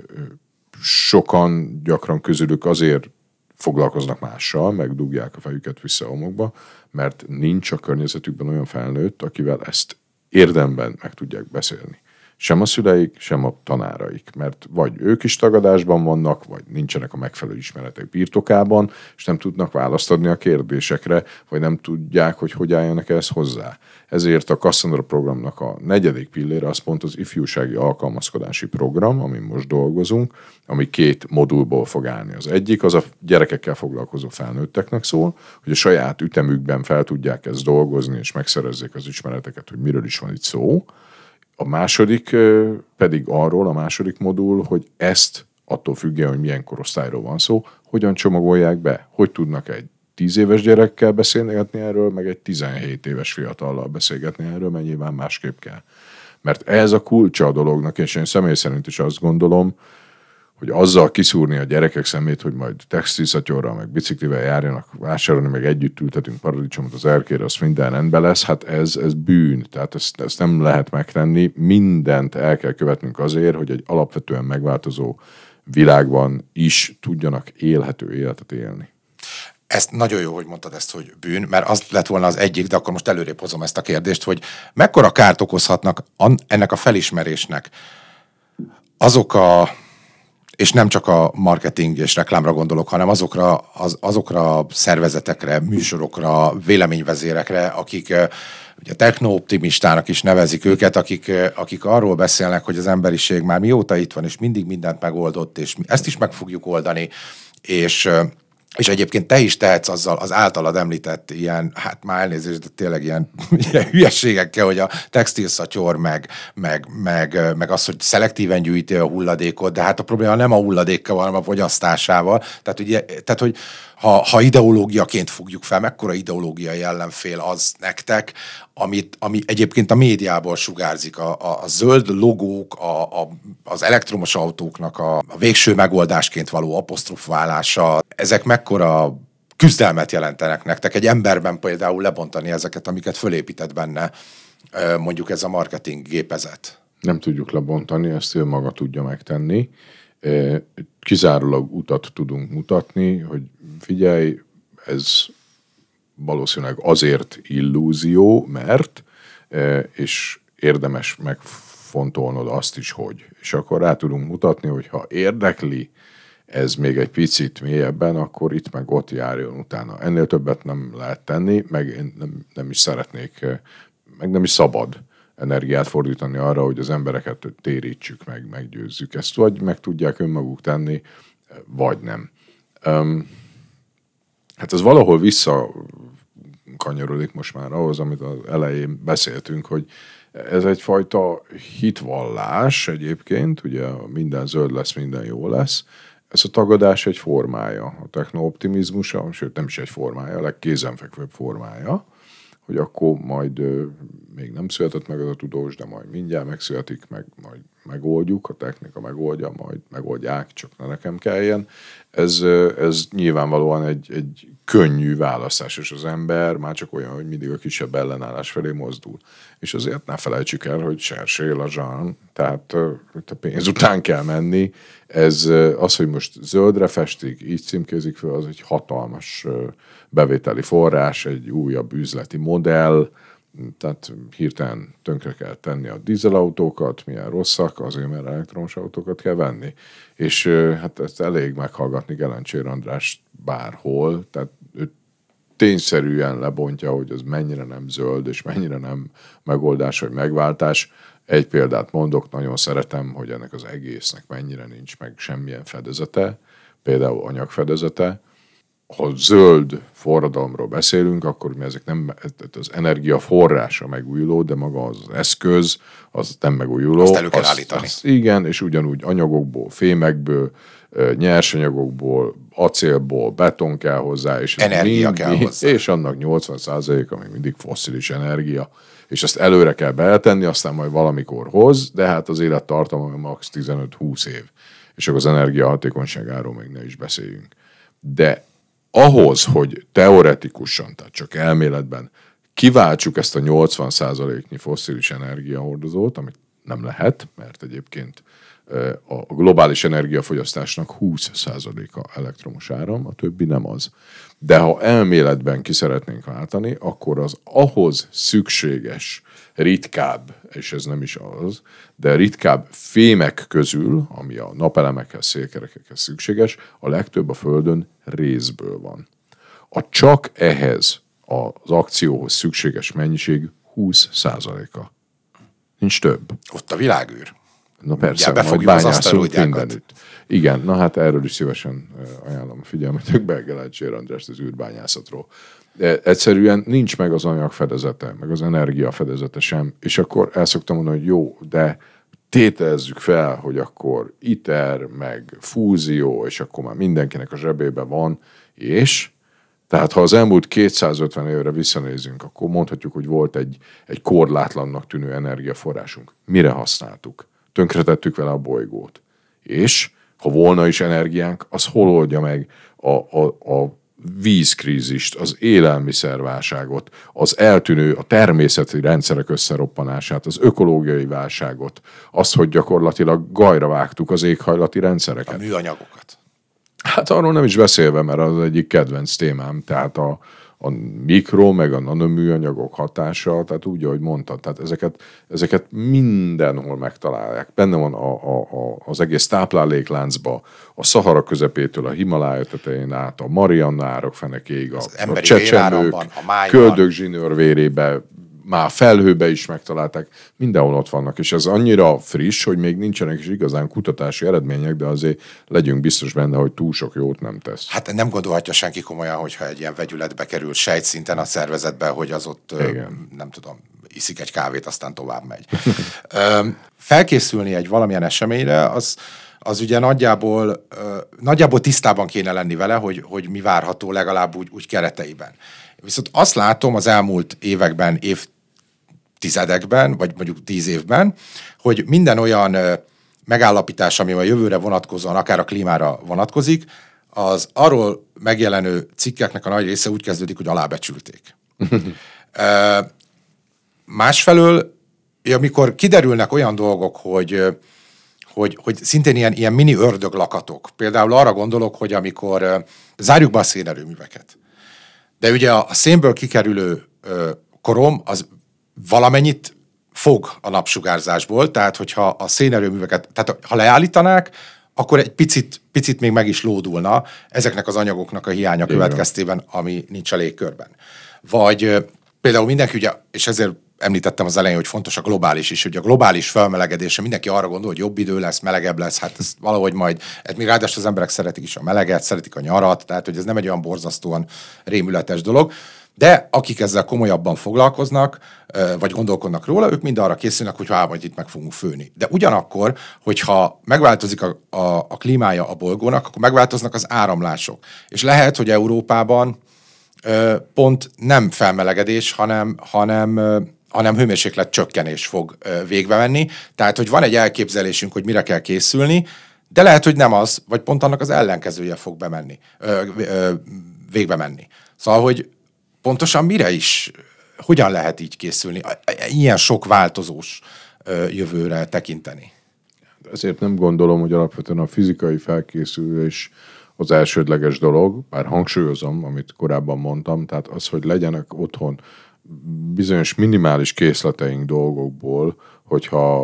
sokan gyakran közülük azért foglalkoznak mással, meg dugják a fejüket vissza a homokba, mert nincs a környezetükben olyan felnőtt, akivel ezt érdemben meg tudják beszélni. Sem a szüleik, sem a tanáraik, mert vagy ők is tagadásban vannak, vagy nincsenek a megfelelő ismeretek birtokában, és nem tudnak választ adni a kérdésekre, vagy nem tudják, hogy álljanak ehhez hozzá. Ezért a Cassandra programnak a 4. pillére az pont az ifjúsági alkalmazkodási program, amin most dolgozunk, ami 2 modulból fog állni. Az egyik az a gyerekekkel foglalkozó felnőtteknek szól, hogy a saját ütemükben fel tudják ezt dolgozni, és megszerezzék az ismereteket, hogy miről is van itt szó. A második pedig arról, a második modul, hogy ezt attól függően, hogy milyen korosztályról van szó, hogyan csomagolják be, hogy tudnak egy 10 éves gyerekkel beszélgetni erről, meg egy 17 éves fiatallal beszélgetni erről, mert nyilván másképp kell. Mert ez a kulcsa a dolognak, és én személy szerint is azt gondolom, hogy azzal kiszúrni a gyerekek szemét, hogy majd textilszatyorral, meg biciklivel járjanak vásárolni, meg együtt ültetünk paradicsomot az erkére, az minden rendben lesz, hát ez bűn. Tehát ezt nem lehet megtenni. Mindent el kell követnünk azért, hogy egy alapvetően megváltozó világban is tudjanak élhető életet élni. Ezt nagyon jó, hogy mondtad ezt, hogy bűn, mert az lett volna az egyik, de akkor most előrébb hozom ezt a kérdést, hogy mekkora kárt okozhatnak ennek a felismerésnek azok és nem csak a marketing és reklámra gondolok, hanem azokra a szervezetekre, műsorokra, véleményvezérekre, akik ugye techno-optimistának is nevezik őket, akik arról beszélnek, hogy az emberiség már mióta itt van, és mindig mindent megoldott, és ezt is meg fogjuk oldani, és egyébként te is tehetsz azzal az általad említett ilyen, hát már elnézést, de tényleg ilyen hülyeségekkel, hogy a textilszatyor, meg az, hogy szelektíven gyűjti a hulladékot, de hát a probléma nem a hulladékkal, hanem a fogyasztásával. Tehát hogy ha ideológiaként fogjuk fel, mekkora ideológiai ellenfél az nektek, ami egyébként a médiából sugárzik, a zöld logók, az elektromos autóknak a végső megoldásként való apostrofálása, ezek mekkora küzdelmet jelentenek nektek? Egy emberben például lebontani ezeket, amiket fölépített benne mondjuk ez a marketing gépezet. Nem tudjuk lebontani, ezt ő maga tudja megtenni. Kizárólag utat tudunk mutatni, hogy figyelj, ez valószínűleg azért illúzió, mert, és érdemes megfontolnod azt is, hogy. És akkor rá tudunk mutatni, hogy ha érdekli ez még egy picit mélyebben, akkor itt meg ott járjon utána. Ennél többet nem lehet tenni, meg én nem is szeretnék, meg nem is szabad energiát fordítani arra, hogy az embereket térítsük meg, meggyőzzük. Ezt vagy meg tudják önmaguk tenni, vagy nem. Hát ez valahol visszakanyarodik most már ahhoz, amit az elején beszéltünk, hogy ez egyfajta hitvallás egyébként, ugye minden zöld lesz, minden jó lesz. Ez a tagadás egy formája, a techno-optimizmusa, sőt nem is egy formája, a legkézenfekvőbb formája, hogy akkor majd még nem született meg az a tudós, de majd mindjárt megszületik, majd megoldjuk, a technika megoldja, majd megoldják, csak ne nekem kelljen. Ez nyilvánvalóan egy könnyű választás, és az ember már csak olyan, hogy mindig a kisebb ellenállás felé mozdul. És azért ne felejtsük el, hogy cherchez l'argent, tehát a pénz után kell menni. Ez az, hogy most zöldre festik, így címkézik fel, az egy hatalmas bevételi forrás, egy újabb üzleti modell, tehát hirtelen tönkre kell tenni a dízelautókat, milyen rosszak, azért mert elektromos autókat kell venni. És hát ezt elég meghallgatni Gelencsér Andrást bárhol, tehát ő tényszerűen lebontja, hogy az mennyire nem zöld, és mennyire nem megoldás vagy megváltás. Egy példát mondok, nagyon szeretem, hogy ennek az egésznek mennyire nincs meg semmilyen fedezete, például anyagfedezete. Ha zöld forradalomról beszélünk, akkor mi ezek nem, az energiaforrása megújuló, de maga az eszköz, az nem megújuló. Azt elő kell állítani. Igen, és ugyanúgy anyagokból, fémekből, nyersanyagokból, acélból, beton kell hozzá, és energia kell hozzá. És annak 80%-a még mindig fosszilis energia, és ezt előre kell beletenni, aztán majd valamikor hoz, de hát az élettartama max. 15-20 év, és akkor az energiahatékonyságáról még ne is beszéljünk. De ahhoz, hogy teoretikusan, tehát csak elméletben kiváltsuk ezt a 80%-nyi fosszilis energiahordozót, amit nem lehet, mert egyébként a globális energiafogyasztásnak 20%-a elektromos áram, a többi nem az. De ha elméletben ki szeretnénk váltani, akkor az ahhoz szükséges ritkább, és ez nem is az, de ritkább fémek közül, ami a napelemekhez, szélkerekekhez szükséges, a legtöbb a Földön rézből van. A csak ehhez az akcióhoz szükséges mennyiség 20%-a. Nincs több. Ott a világűr. Na persze, majd bányászunk mindenütt. Igen, na hát erről is szívesen ajánlom a figyelmetükbe Gelácsér Andrást az űrbányászatról. De egyszerűen nincs meg az anyagfedezete, meg az energiafedezete sem, és akkor el szoktam mondani, hogy jó, de tételezzük fel, hogy akkor ITER, meg fúzió, és akkor már mindenkinek a zsebében van, és tehát ha az elmúlt 250 évre visszanézünk, akkor mondhatjuk, hogy volt egy korlátlannak tűnő energiaforrásunk. Mire használtuk? Tönkretettük vele a bolygót. És ha volna is energiánk, az hol oldja meg a vízkrízist, az élelmiszerválságot, az eltűnő, a természeti rendszerek összeroppanását, az ökológiai válságot, azt, hogy gyakorlatilag gajra vágtuk az éghajlati rendszereket. A műanyagokat. Hát arról nem is beszélve, mert az egyik kedvenc témám, tehát a mikro, meg a nanoműanyagok hatása, tehát úgy, ahogy mondtad, tehát ezeket mindenhol megtalálják. Benne van az egész táplálékláncba, a Szahara közepétől, a Himalája tetején át, a Marianna árok fenekéig, a csecsemők, köldök zsinőrvérébe, már felhőbe is megtalálták, mindenhol ott vannak, és ez annyira friss, hogy még nincsenek is igazán kutatási eredmények, de azért legyünk biztos benne, hogy túl sok jót nem tesz. Hát nem gondolhatja senki komolyan, hogyha egy ilyen vegyületbe kerül sejtszinten a szervezetbe, hogy az ott, nem tudom, iszik egy kávét, aztán tovább megy. Felkészülni egy valamilyen eseményre, az ugye nagyjából tisztában kéne lenni vele, hogy mi várható legalább úgy kereteiben. Viszont azt látom az elmúlt években, évtizedekben, vagy mondjuk 10 évben, hogy minden olyan megállapítás, ami a jövőre vonatkozóan, akár a klímára vonatkozik, az arról megjelenő cikkeknek a nagy része úgy kezdődik, hogy alábecsülték. Másfelől, amikor kiderülnek olyan dolgok, hogy szintén ilyen mini ördöglakatok, például arra gondolok, hogy amikor zárjuk be a szénerőműveket, de ugye a szénből kikerülő korom az valamennyit fog a napsugárzásból, tehát hogyha a szénerőműveket, tehát ha leállítanák, akkor egy picit még meg is lódulna ezeknek az anyagoknak a hiánya következtében, ami nincs a légkörben. Vagy például mindenki ugye, és ezért említettem az elején, hogy fontos a globális is, hogy a globális felmelegedése, mindenki arra gondol, hogy jobb idő lesz, melegebb lesz, hát ez valahogy majd, még ráadásul az emberek szeretik is a meleget, szeretik a nyarat, tehát hogy ez nem egy olyan borzasztóan rémületes dolog, de akik ezzel komolyabban foglalkoznak, vagy gondolkodnak róla, ők mind arra készülnek, hogy majd itt meg fogunk főni. De ugyanakkor, hogyha megváltozik a klímája a bolygónak, akkor megváltoznak az áramlások. És lehet, hogy Európában pont nem felmelegedés, hanem hőmérséklet csökkenés fog végbe menni. Tehát, hogy van egy elképzelésünk, hogy mire kell készülni, de lehet, hogy nem az, vagy pont annak az ellenkezője fog végbe menni. Szóval, hogy pontosan mire is, hogyan lehet így készülni, ilyen sok változós jövőre tekinteni? Ezért nem gondolom, hogy alapvetően a fizikai felkészülés az elsődleges dolog, bár hangsúlyozom, amit korábban mondtam, tehát az, hogy legyenek otthon bizonyos minimális készleteink dolgokból, hogyha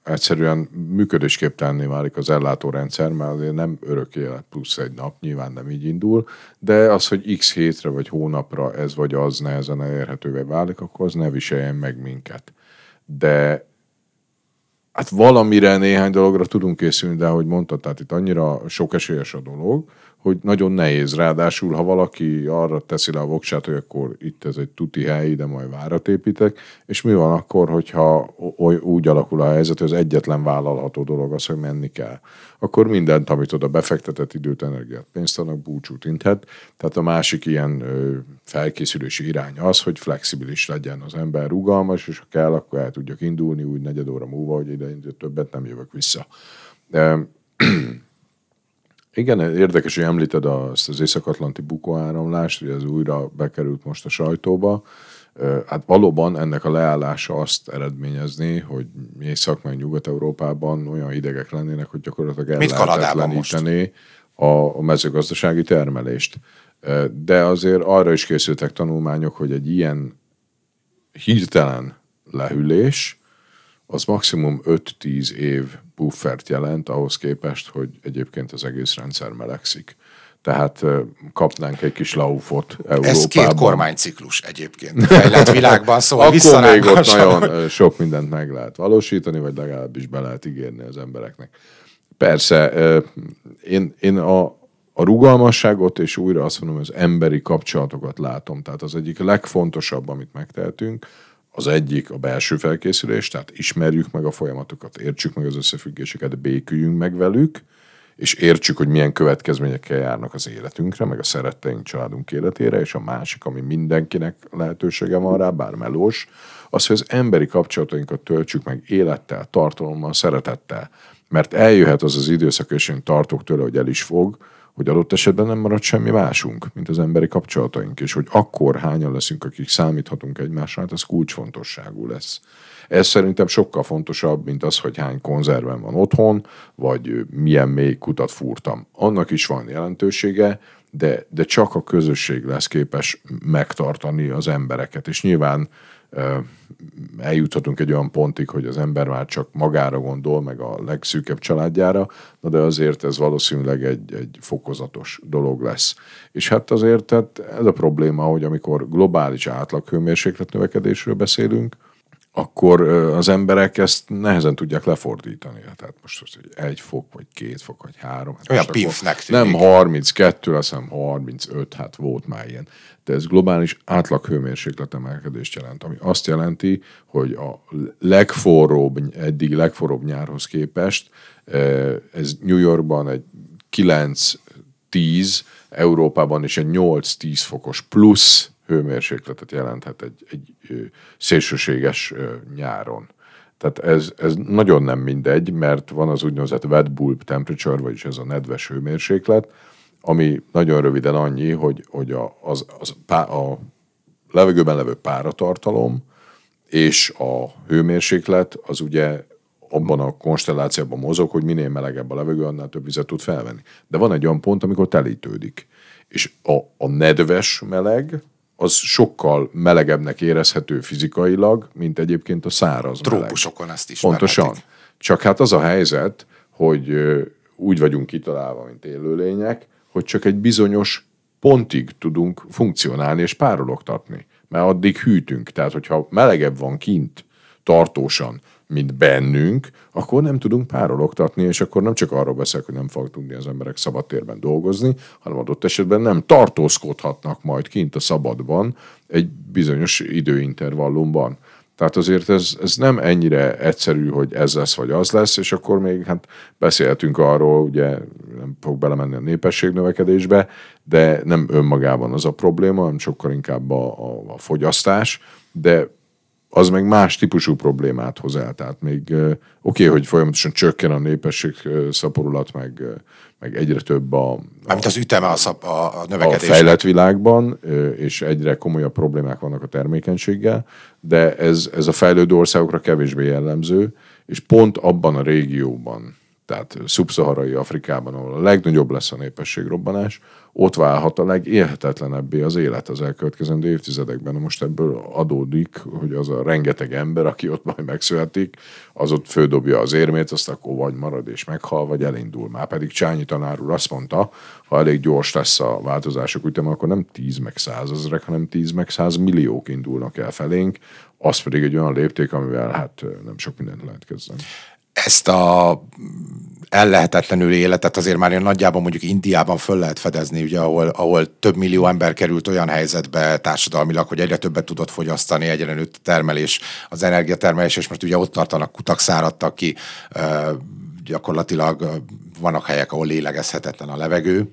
egyszerűen működésképtelenné válik az ellátórendszer, mert azért nem örök élet plusz egy nap, nyilván nem így indul, de az, hogy x hétre vagy hónapra ez vagy az nehezen elérhetővé válik, akkor az ne viseljen meg minket. De hát valamire, néhány dologra tudunk készülni, de ahogy mondtad, tehát itt annyira sok esélyes a dolog, hogy nagyon nehéz. Ráadásul, ha valaki arra teszi le a voksát, hogy akkor itt ez egy tuti hely, ide majd várat építek, és mi van akkor, hogyha úgy alakul a helyzet, hogy az egyetlen vállalható dolog az, hogy menni kell. Akkor mindent, amit oda befektetett időt, energiát, pénzt annak búcsút inthet. Tehát a másik ilyen felkészülési irány az, hogy flexibilis legyen az ember, rugalmas, és ha kell, akkor el tudjak indulni úgy negyed óra múlva, hogy ide többet nem jövök vissza. Igen, érdekes, hogy említed azt az észak-atlanti bukóáramlást, hogy ez újra bekerült most a sajtóba. Hát valóban ennek a leállása azt eredményezni, hogy Észak- meg Nyugat-Európában olyan hidegek lennének, hogy gyakorlatilag ellehetetlenítené a mezőgazdasági termelést. De azért arra is készültek tanulmányok, hogy egy ilyen hirtelen lehűlés az maximum 5-10 év buffert jelent ahhoz képest, hogy egyébként az egész rendszer melegszik. Tehát kapnánk egy kis laufot Európában. Ez 2 kormányciklus egyébként. Fejlett világban, szóval akkor még ott nagyon sok mindent meg lehet valósítani, vagy legalábbis be lehet ígérni az embereknek. Persze, én a rugalmasságot, és újra azt mondom, az emberi kapcsolatokat látom. Tehát az egyik legfontosabb, amit megtehetünk, az egyik a belső felkészülés, tehát ismerjük meg a folyamatokat, értsük meg az összefüggéseket, béküljünk meg velük, és értsük, hogy milyen következményekkel járnak az életünkre, meg a szeretteink, családunk életére, és a másik, ami mindenkinek lehetősége van rá, bár melós, az, hogy az emberi kapcsolatainkat töltsük meg élettel, tartalommal, szeretettel. Mert eljöhet az az időszak, és én tartok tőle, hogy el is fog, hogy adott esetben nem marad semmi másunk, mint az emberi kapcsolataink, és hogy akkor hányan leszünk, akik számíthatunk egymásra, hát ez kulcsfontosságú lesz. Ez szerintem sokkal fontosabb, mint az, hogy hány konzervem van otthon, vagy milyen mély kutat fúrtam. Annak is van jelentősége, de csak a közösség lesz képes megtartani az embereket, és nyilván eljuthatunk egy olyan pontig, hogy az ember már csak magára gondol, meg a legszűkebb családjára, de azért ez valószínűleg egy fokozatos dolog lesz. És hát azért tehát ez a probléma, hogy amikor globális átlaghőmérséklet növekedésről beszélünk, akkor az emberek ezt nehezen tudják lefordítani. Tehát most hogy 1 fok, vagy 2 fok, vagy 3. Hát olyan pimfnek tűnik. Nem 32, azt hiszem 35, hát volt már ilyen. De ez globális átlaghőmérséklet emelkedést jelent, ami azt jelenti, hogy a eddig legforróbb nyárhoz képest, ez New Yorkban egy 9-10, Európában is egy 8-10 fokos plusz hőmérsékletet jelenthet egy szélsőséges nyáron. Tehát ez nagyon nem mindegy, mert van az úgynevezett wet bulb temperature, vagyis ez a nedves hőmérséklet, ami nagyon röviden annyi, hogy a levegőben levő páratartalom és a hőmérséklet az ugye abban a konstellációban mozog, hogy minél melegebb a levegő, annál több vizet tud felvenni. De van egy olyan pont, amikor telítődik. És a nedves meleg az sokkal melegebbnek érezhető fizikailag, mint egyébként a száraz meleg. Trópusokon ezt ismerhetik. Pontosan. Csak hát az a helyzet, hogy úgy vagyunk kitalálva, mint élőlények, hogy csak egy bizonyos pontig tudunk funkcionálni és párologtatni. Mert addig hűtünk. Tehát, hogyha melegebb van kint tartósan, mint bennünk, akkor nem tudunk párologtatni, és akkor nem csak arról beszélek, hogy nem fognak tudni az emberek szabadtérben dolgozni, hanem adott esetben nem tartózkodhatnak majd kint a szabadban egy bizonyos időintervallumban. Tehát azért ez nem ennyire egyszerű, hogy ez lesz, vagy az lesz, és akkor még hát beszélhetünk arról, ugye nem fog belemenni a népességnövekedésbe, de nem önmagában az a probléma, hanem sokkal inkább a fogyasztás, de az meg más típusú problémát hoz el. Tehát még oké, hogy folyamatosan csökken a népesség szaporulat, meg egyre több mármint az üteme a növekedésnek. A fejlett világban, és egyre komolyabb problémák vannak a termékenységgel, de ez a fejlődő országokra kevésbé jellemző, és pont abban a régióban, tehát szubszaharai Afrikában, ahol a legnagyobb lesz a népességrobbanás, ott válhat a legélhetetlenebbé az élet az elkövetkezendő évtizedekben. Most ebből adódik, hogy az a rengeteg ember, aki ott majd megszületik, az ott földobja az érmét, azt akkor vagy marad és meghal, vagy elindul. Már pedig Csányi tanár úr azt mondta, ha elég gyors lesz a változások üteme, akkor nem 10 meg 100 ezrek, hanem 10 meg 100 milliók indulnak el felénk, az pedig egy olyan lépték, amivel hát nem sok mindent lehet kezdeni. Ezt a ellehetetlenül életet azért már ilyen nagyjából mondjuk Indiában föl lehet fedezni, ugye, ahol több millió ember került olyan helyzetbe társadalmilag, hogy egyre többet tudott fogyasztani, egyre nőtt a termelés, az energiatermelés, és most ugye ott tartanak, kutak száradtak ki, gyakorlatilag vannak helyek, ahol lélegezhetetlen a levegő,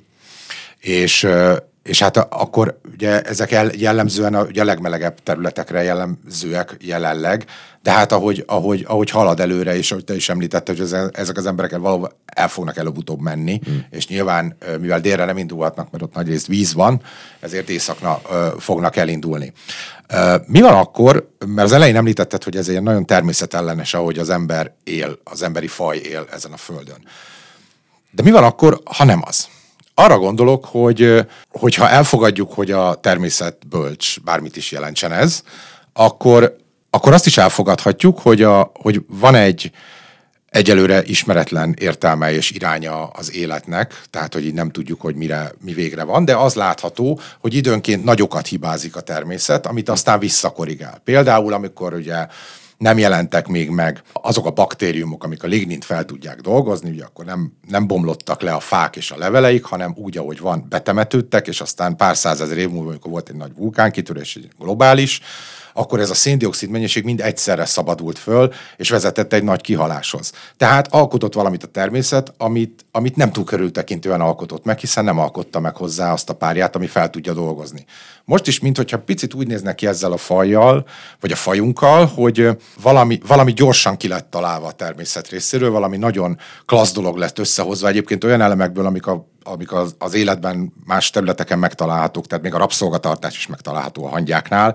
és hát akkor ugye ezek jellemzően ugye a legmelegebb területekre jellemzőek jelenleg, de hát ahogy halad előre, és ahogy te is említetted, hogy ezek az emberek valahol el fognak előbb-utóbb menni, és nyilván, mivel délre nem indulhatnak, mert ott nagyrészt víz van, ezért északra fognak elindulni. Mi van akkor, mert az elején említetted, hogy ez egy nagyon természetellenes, ahogy az ember él, az emberi faj él ezen a földön. De mi van akkor, ha nem az? Arra gondolok, hogyha elfogadjuk, hogy a természet bölcs, bármit is jelentsen ez, akkor azt is elfogadhatjuk, hogy van egy egyelőre ismeretlen értelme és iránya az életnek, tehát hogy így nem tudjuk, hogy mi végre van, de az látható, hogy időnként nagyokat hibázik a természet, amit aztán visszakorrigál. Például, amikor ugye nem jelentek még meg azok a baktériumok, amik a lignint fel tudják dolgozni, ugye akkor nem bomlottak le a fák és a leveleik, hanem úgy, ahogy van, betemetődtek, és aztán pár százezer év múlva, amikor volt egy nagy vulkánkitörés, egy globális, akkor ez a szén-dioxid mennyiség mind egyszerre szabadult föl, és vezetett egy nagy kihaláshoz. Tehát alkotott valamit a természet, amit nem túl körültekintően alkotott meg, hiszen nem alkotta meg hozzá azt a párját, ami fel tudja dolgozni. Most is, minthogyha picit úgy néznek ki ezzel a fajjal, vagy a fajunkkal, hogy valami gyorsan ki lett találva a természet részéről, valami nagyon klassz dolog lett összehozva, egyébként olyan elemekből, amik az életben más területeken megtalálhatók, tehát még a rabszolgatartás is megtalálható a hangyáknál,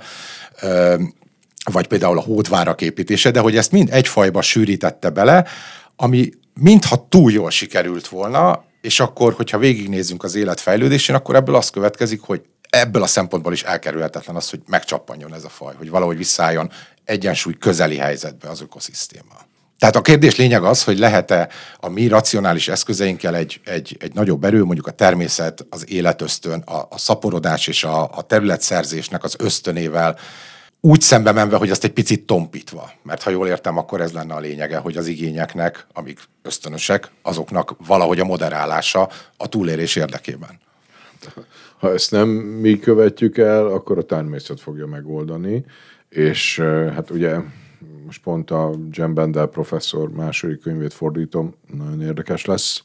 vagy például a hódvárak építése, de hogy ezt mind egy fajba sűrítette bele, ami mintha túl jól sikerült volna, és akkor, hogyha végignézzünk az élet fejlődésén, akkor ebből az következik, hogy ebből a szempontból is elkerülhetetlen az, hogy megcsappanjon ez a faj, hogy valahogy visszaálljon egyensúly közeli helyzetbe az ökoszisztéma. Tehát a kérdés lényeg az, hogy lehet-e a mi racionális eszközeinkkel egy nagyobb erő, mondjuk a természet, az életösztön, a szaporodás és a területszerzésnek az ösztönével úgy szembe menve, hogy azt egy picit tompítva. Mert ha jól értem, akkor ez lenne a lényege, hogy az igényeknek, amik ösztönösek, azoknak valahogy a moderálása a túlélés érdekében. Ha ezt nem mi követjük el, akkor a természet fogja megoldani, és hát ugye most pont a Jem Bendel professzor második könyvét fordítom, nagyon érdekes lesz.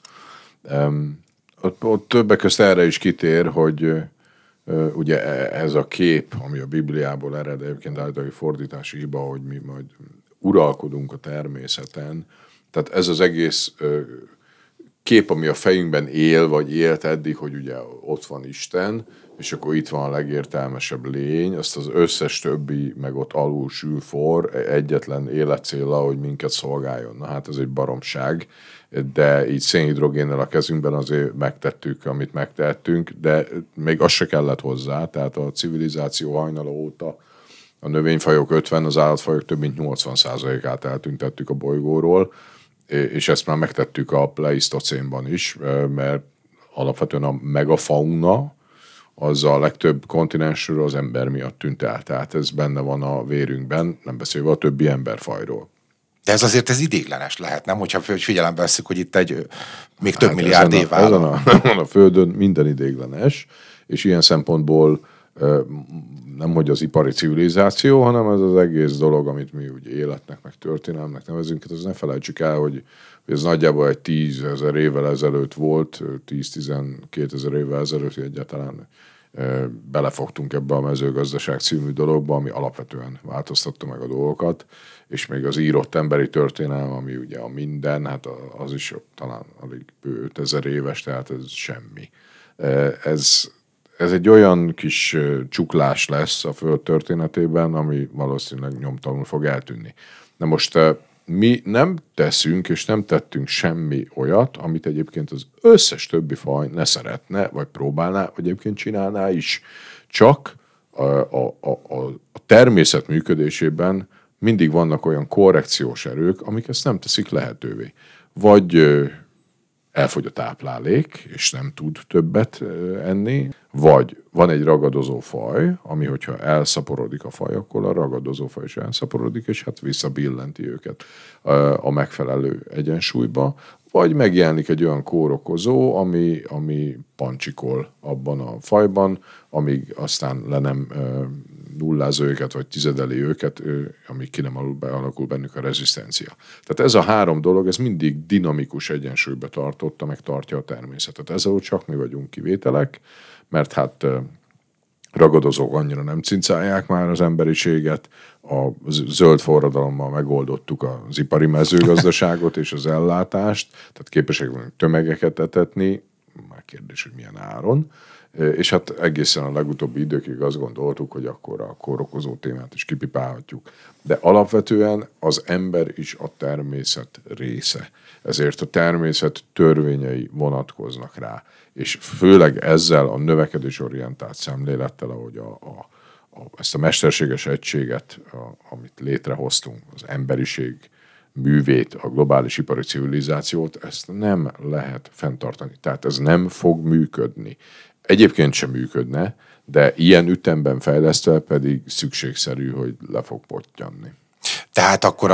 Ott többek közt erre is kitér, hogy ugye ez a kép, ami a Bibliából ered, egyébként általában fordítási hiba, hogy mi majd uralkodunk a természeten. Tehát ez az egész kép, ami a fejünkben él, vagy élt eddig, hogy ugye ott van Isten, és akkor itt van a legértelmesebb lény, azt az összes többi meg ott alul sül for, egyetlen életcéllal, hogy minket szolgáljon. Na hát ez egy baromság, de így szénhidrogénnel a kezünkben azért megtettük, amit megtettünk, de még az se kellett hozzá, tehát a civilizáció hajnala óta a növényfajok 50, az állatfajok több mint 80%-át eltüntettük a bolygóról, és ezt már megtettük a pleisztocénban is, mert alapvetően a megafauna az a legtöbb kontinensről az ember miatt tűnt el. Tehát ez benne van a vérünkben, nem beszélve a többi emberfajról. De ez azért idéglenes lehet, nem? Hogyha figyelembe veszük, hogy itt még több milliárd év áll. Ezen a Földön minden idéglenes, és ilyen szempontból nem hogy az ipari civilizáció, hanem ez az egész dolog, amit mi úgy életnek, meg történelmnek nevezünk, hát azt ne felejtsük el, hogy ez nagyjából egy 10 000 évvel ezelőtt volt, 10-12 000 évvel ezelőtt, hogy egyáltalán belefogtunk ebbe a mezőgazdaság című dologba, ami alapvetően változtatta meg a dolgokat, és még az írott emberi történelem, ami ugye a minden, hát az is talán alig 5000 éves, tehát ez semmi. Ez egy olyan kis csuklás lesz a Föld történetében, ami valószínűleg nyomtalanul fog eltűnni. Na most mi nem teszünk és nem tettünk semmi olyat, amit egyébként az összes többi faj ne szeretne, vagy próbálná, vagy egyébként csinálná is. Csak a természet működésében mindig vannak olyan korrekciós erők, amik ezt nem teszik lehetővé. Vagy elfogy a táplálék, és nem tud többet enni, vagy van egy ragadozó faj, ami hogyha elszaporodik a faj, akkor a ragadozó faj is elszaporodik, és hát visszabillenti őket a megfelelő egyensúlyba, vagy megjelenik egy olyan kórokozó, ami pancsikol abban a fajban, amíg aztán le nem nullázza őket, vagy tizedeli őket, amíg ki nem alakul bennük a rezisztencia. Tehát ez a három dolog, ez mindig dinamikus egyensúlyba tartotta, meg tartja a természetet. Ezzel csak mi vagyunk kivételek, mert hát ragadozók annyira nem cincálják már az emberiséget, a zöld forradalommal megoldottuk az ipari mezőgazdaságot és az ellátást, tehát képesek vagyunk tömegeket etetni, már kérdés, hogy milyen áron, és hát egészen a legutóbbi időkig azt gondoltuk, hogy akkor a kórokozó témát is kipipálhatjuk. De alapvetően az ember is a természet része. Ezért a természet törvényei vonatkoznak rá. És főleg ezzel a növekedésorientált szemlélettel, ahogy ezt a mesterséges egységet, amit létrehoztunk, az emberiség művét, a globális ipari civilizációt, ezt nem lehet fenntartani. Tehát ez nem fog működni. Egyébként sem működne, de ilyen ütemben fejlesztve pedig szükségszerű, hogy le fog pottyanni. Tehát akkor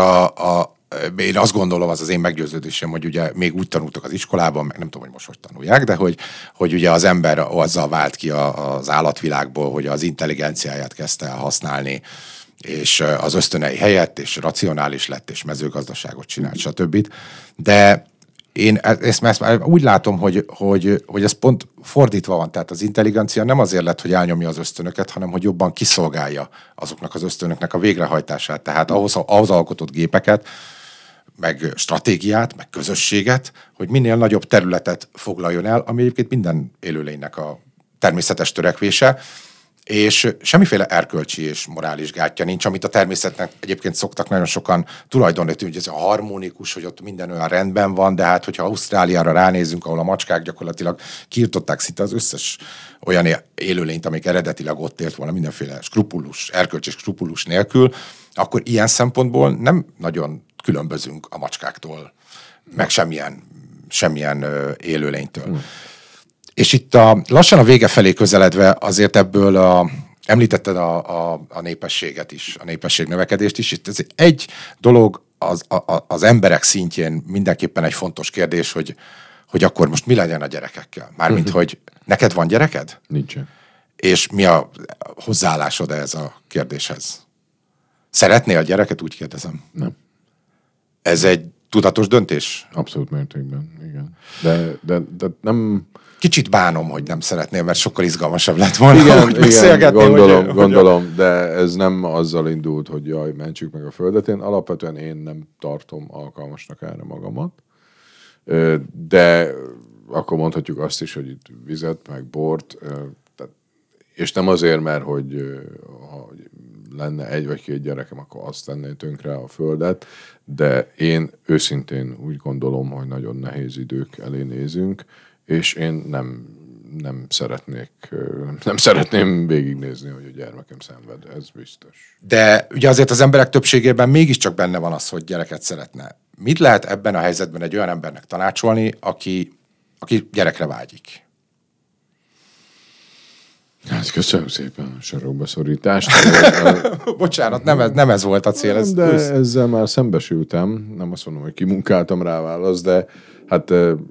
én azt gondolom, az én meggyőződésem, hogy ugye még úgy tanultak az iskolában, meg nem tudom, hogy most hogy tanulják, de hogy ugye az ember azzal vált ki az állatvilágból, hogy az intelligenciáját kezdte el használni, és az ösztönei helyett, és racionális lett, és mezőgazdaságot csinált, stb. De én ezt már úgy látom, hogy ez pont fordítva van. Tehát az intelligencia nem azért lett, hogy elnyomja az ösztönöket, hanem hogy jobban kiszolgálja azoknak az ösztönöknek a végrehajtását. Tehát ahhoz alkotott gépeket, meg stratégiát, meg közösséget, hogy minél nagyobb területet foglaljon el, ami egyébként minden élőlénynek a természetes törekvése, és semmiféle erkölcsi és morális gátja nincs, amit a természetnek egyébként szoktak nagyon sokan tulajdonítani, hogy ez a harmonikus, hogy ott minden olyan rendben van, de hát, hogyha Ausztráliára ránézünk, ahol a macskák gyakorlatilag kiirtották szinte az összes olyan élőlényt, amik eredetileg ott élt volna mindenféle erkölcsi skrupulus nélkül, akkor ilyen szempontból nem nagyon különbözünk a macskáktól, meg semmilyen élőlénytől. És itt lassan a vége felé közeledve azért ebből említetted a népességet is, a népesség növekedést is. Itt ez egy dolog az emberek szintjén mindenképpen egy fontos kérdés, hogy akkor most mi legyen a gyerekekkel? Mármint, hogy neked van gyereked? Nincsen. És mi a hozzáállásod ez a kérdéshez? Szeretnél a gyereket? Úgy kérdezem. Nem. Ez egy tudatos döntés? Abszolút mértékben, igen. De nem... Kicsit bánom, hogy nem szeretnél, mert sokkal izgalmasabb lett volna, hogy beszélgetni. Gondolom, de ez nem azzal indult, hogy jaj, mentsük meg a Földet. Alapvetően én nem tartom alkalmasnak erre magamat. De akkor mondhatjuk azt is, hogy itt vizet, meg bort, és nem azért, mert hogy ha lenne egy vagy két gyerekem, akkor azt tenné tönkre a Földet, de én őszintén úgy gondolom, hogy nagyon nehéz idők elé nézünk, és én nem szeretném végignézni, hogy a gyermekem szenved, ez biztos. De ugye azért az emberek többségében mégiscsak benne van az, hogy gyereket szeretne. Mit lehet ebben a helyzetben egy olyan embernek tanácsolni, aki gyerekre vágyik? Hát köszönöm szépen a sarokbeszorítást. Bocsánat, nem ez volt a cél. De ezzel már szembesültem, nem azt mondom, hogy kimunkáltam rá választ, de hát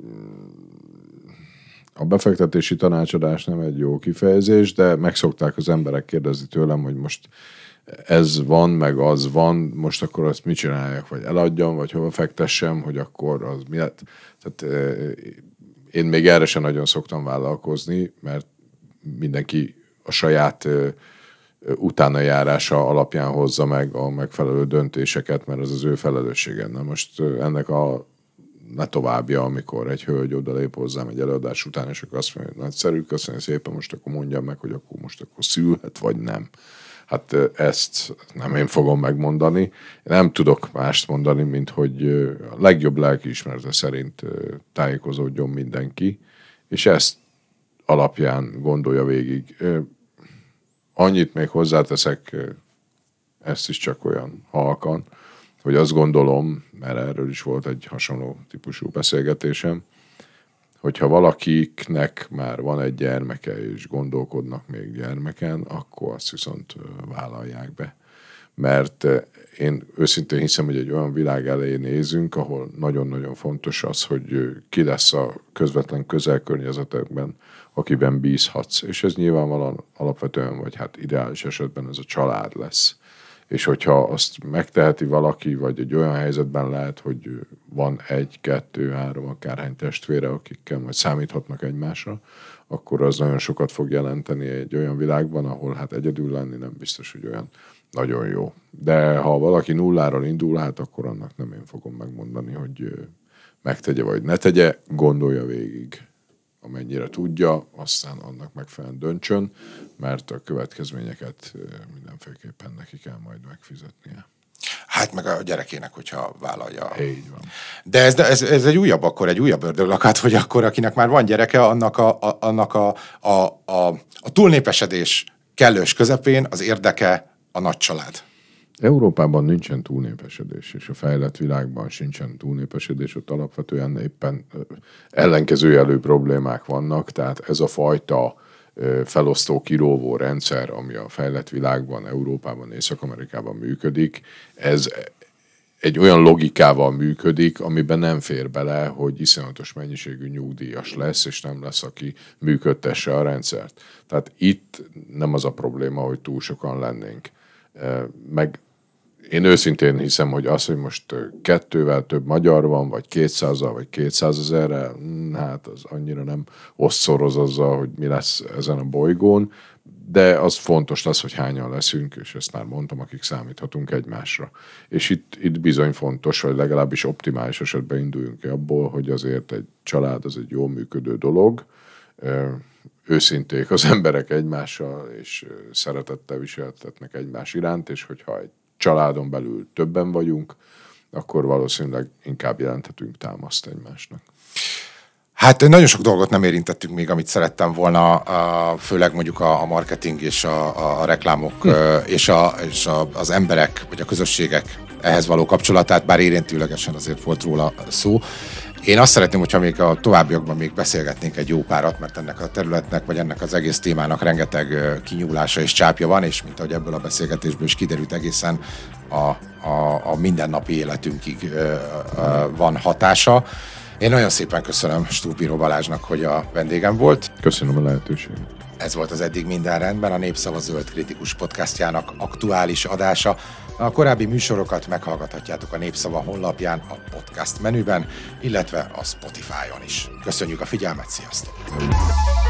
a befektetési tanácsadás nem egy jó kifejezés, de megszokták az emberek kérdezni tőlem, hogy most ez van, meg az van, most akkor azt mit csináljak, vagy eladjam, vagy hova fektessem, hogy akkor az mi lett. Tehát én még erre sem nagyon szoktam vállalkozni, mert mindenki a saját utánajárása alapján hozza meg a megfelelő döntéseket, mert ez az ő felelőssége. Na most ennek a ne továbbja, amikor egy hölgy odalép hozzám egy előadás után, és akkor azt mondja, nagyszerű, köszönjük szépen, most akkor mondjam meg, hogy akkor most szülhet, vagy nem. Hát ezt nem én fogom megmondani. Én nem tudok mást mondani, mint hogy a legjobb lelkiismerete szerint tájékozódjon mindenki, és ezt alapján gondolja végig. Annyit még hozzáteszek, ezt is csak olyan halkan, hogy azt gondolom, mert erről is volt egy hasonló típusú beszélgetésem, hogyha valakiknek már van egy gyermeke, és gondolkodnak még gyermeken, akkor azt viszont vállalják be. Mert én őszintén hiszem, hogy egy olyan világ elé nézünk, ahol nagyon-nagyon fontos az, hogy ki lesz a közvetlen közelkörnyezetekben, akiben bízhatsz. És ez nyilvánvalóan alapvetően, vagy hát ideális esetben ez a család lesz. És hogyha azt megteheti valaki, vagy egy olyan helyzetben lehet, hogy van 1, 2, 3, akárhány testvére, akikkel majd számíthatnak egymásra, akkor az nagyon sokat fog jelenteni egy olyan világban, ahol hát egyedül lenni nem biztos, hogy olyan nagyon jó. De ha valaki nulláról indul, hát akkor annak nem én fogom megmondani, hogy megtegye vagy ne tegye, gondolja végig, amennyire tudja, aztán annak megfelelően döntsön, mert a következményeket mindenféleképpen neki kell majd megfizetnie. Hát meg a gyerekének, hogyha vállalja. Így van. De ez egy újabb ördöglakát, hogy akkor akinek már van gyereke, annak a túlnépesedés kellős közepén az érdeke a nagy család. Európában nincsen túlnépesedés, és a fejlett világban sincsen túlnépesedés, ott alapvetően éppen ellenkező problémák vannak, tehát ez a fajta felosztó, kiróvó rendszer, ami a fejlett világban, Európában, Észak-Amerikában működik, ez egy olyan logikával működik, amiben nem fér bele, hogy iszonyatos mennyiségű nyugdíjas lesz, és nem lesz, aki működtesse a rendszert. Tehát itt nem az a probléma, hogy túl sokan lennénk. Meg én őszintén hiszem, hogy az, hogy most 2-vel több magyar van, vagy 200-al, vagy 200 000-rel, hát az annyira nem osszoroz azzal, hogy mi lesz ezen a bolygón, de az fontos lesz, hogy hányan leszünk, és ezt már mondtam, akik számíthatunk egymásra. És itt bizony fontos, hogy legalábbis optimális esetben induljunk ki abból, hogy azért egy család az egy jól működő dolog, őszinték az emberek egymással, és szeretettel viseltetnek egymás iránt, és hogyha egy családon belül többen vagyunk, akkor valószínűleg inkább jelenthetünk támaszt egymásnak. Hát nagyon sok dolgot nem érintettünk még, amit szerettem volna, főleg mondjuk a marketing és a reklámok és az emberek vagy a közösségek ehhez való kapcsolatát, bár érintőlegesen azért volt róla szó. Én azt szeretném, hogyha még a továbbiakban még beszélgetnénk egy jó párat, mert ennek a területnek, vagy ennek az egész témának rengeteg kinyúlása és csápja van, és mint ahogy ebből a beszélgetésből is kiderült, egészen a mindennapi életünkig van hatása. Én nagyon szépen köszönöm Stubb Bíró Balázsnak, hogy a vendégem volt. Köszönöm a lehetőséget. Ez volt az Eddig minden rendben, a Népszava Zöld Kritikus Podcastjának aktuális adása. A korábbi műsorokat meghallgathatjátok a Népszava honlapján, a podcast menüben, illetve a Spotify-on is. Köszönjük a figyelmet, sziasztok!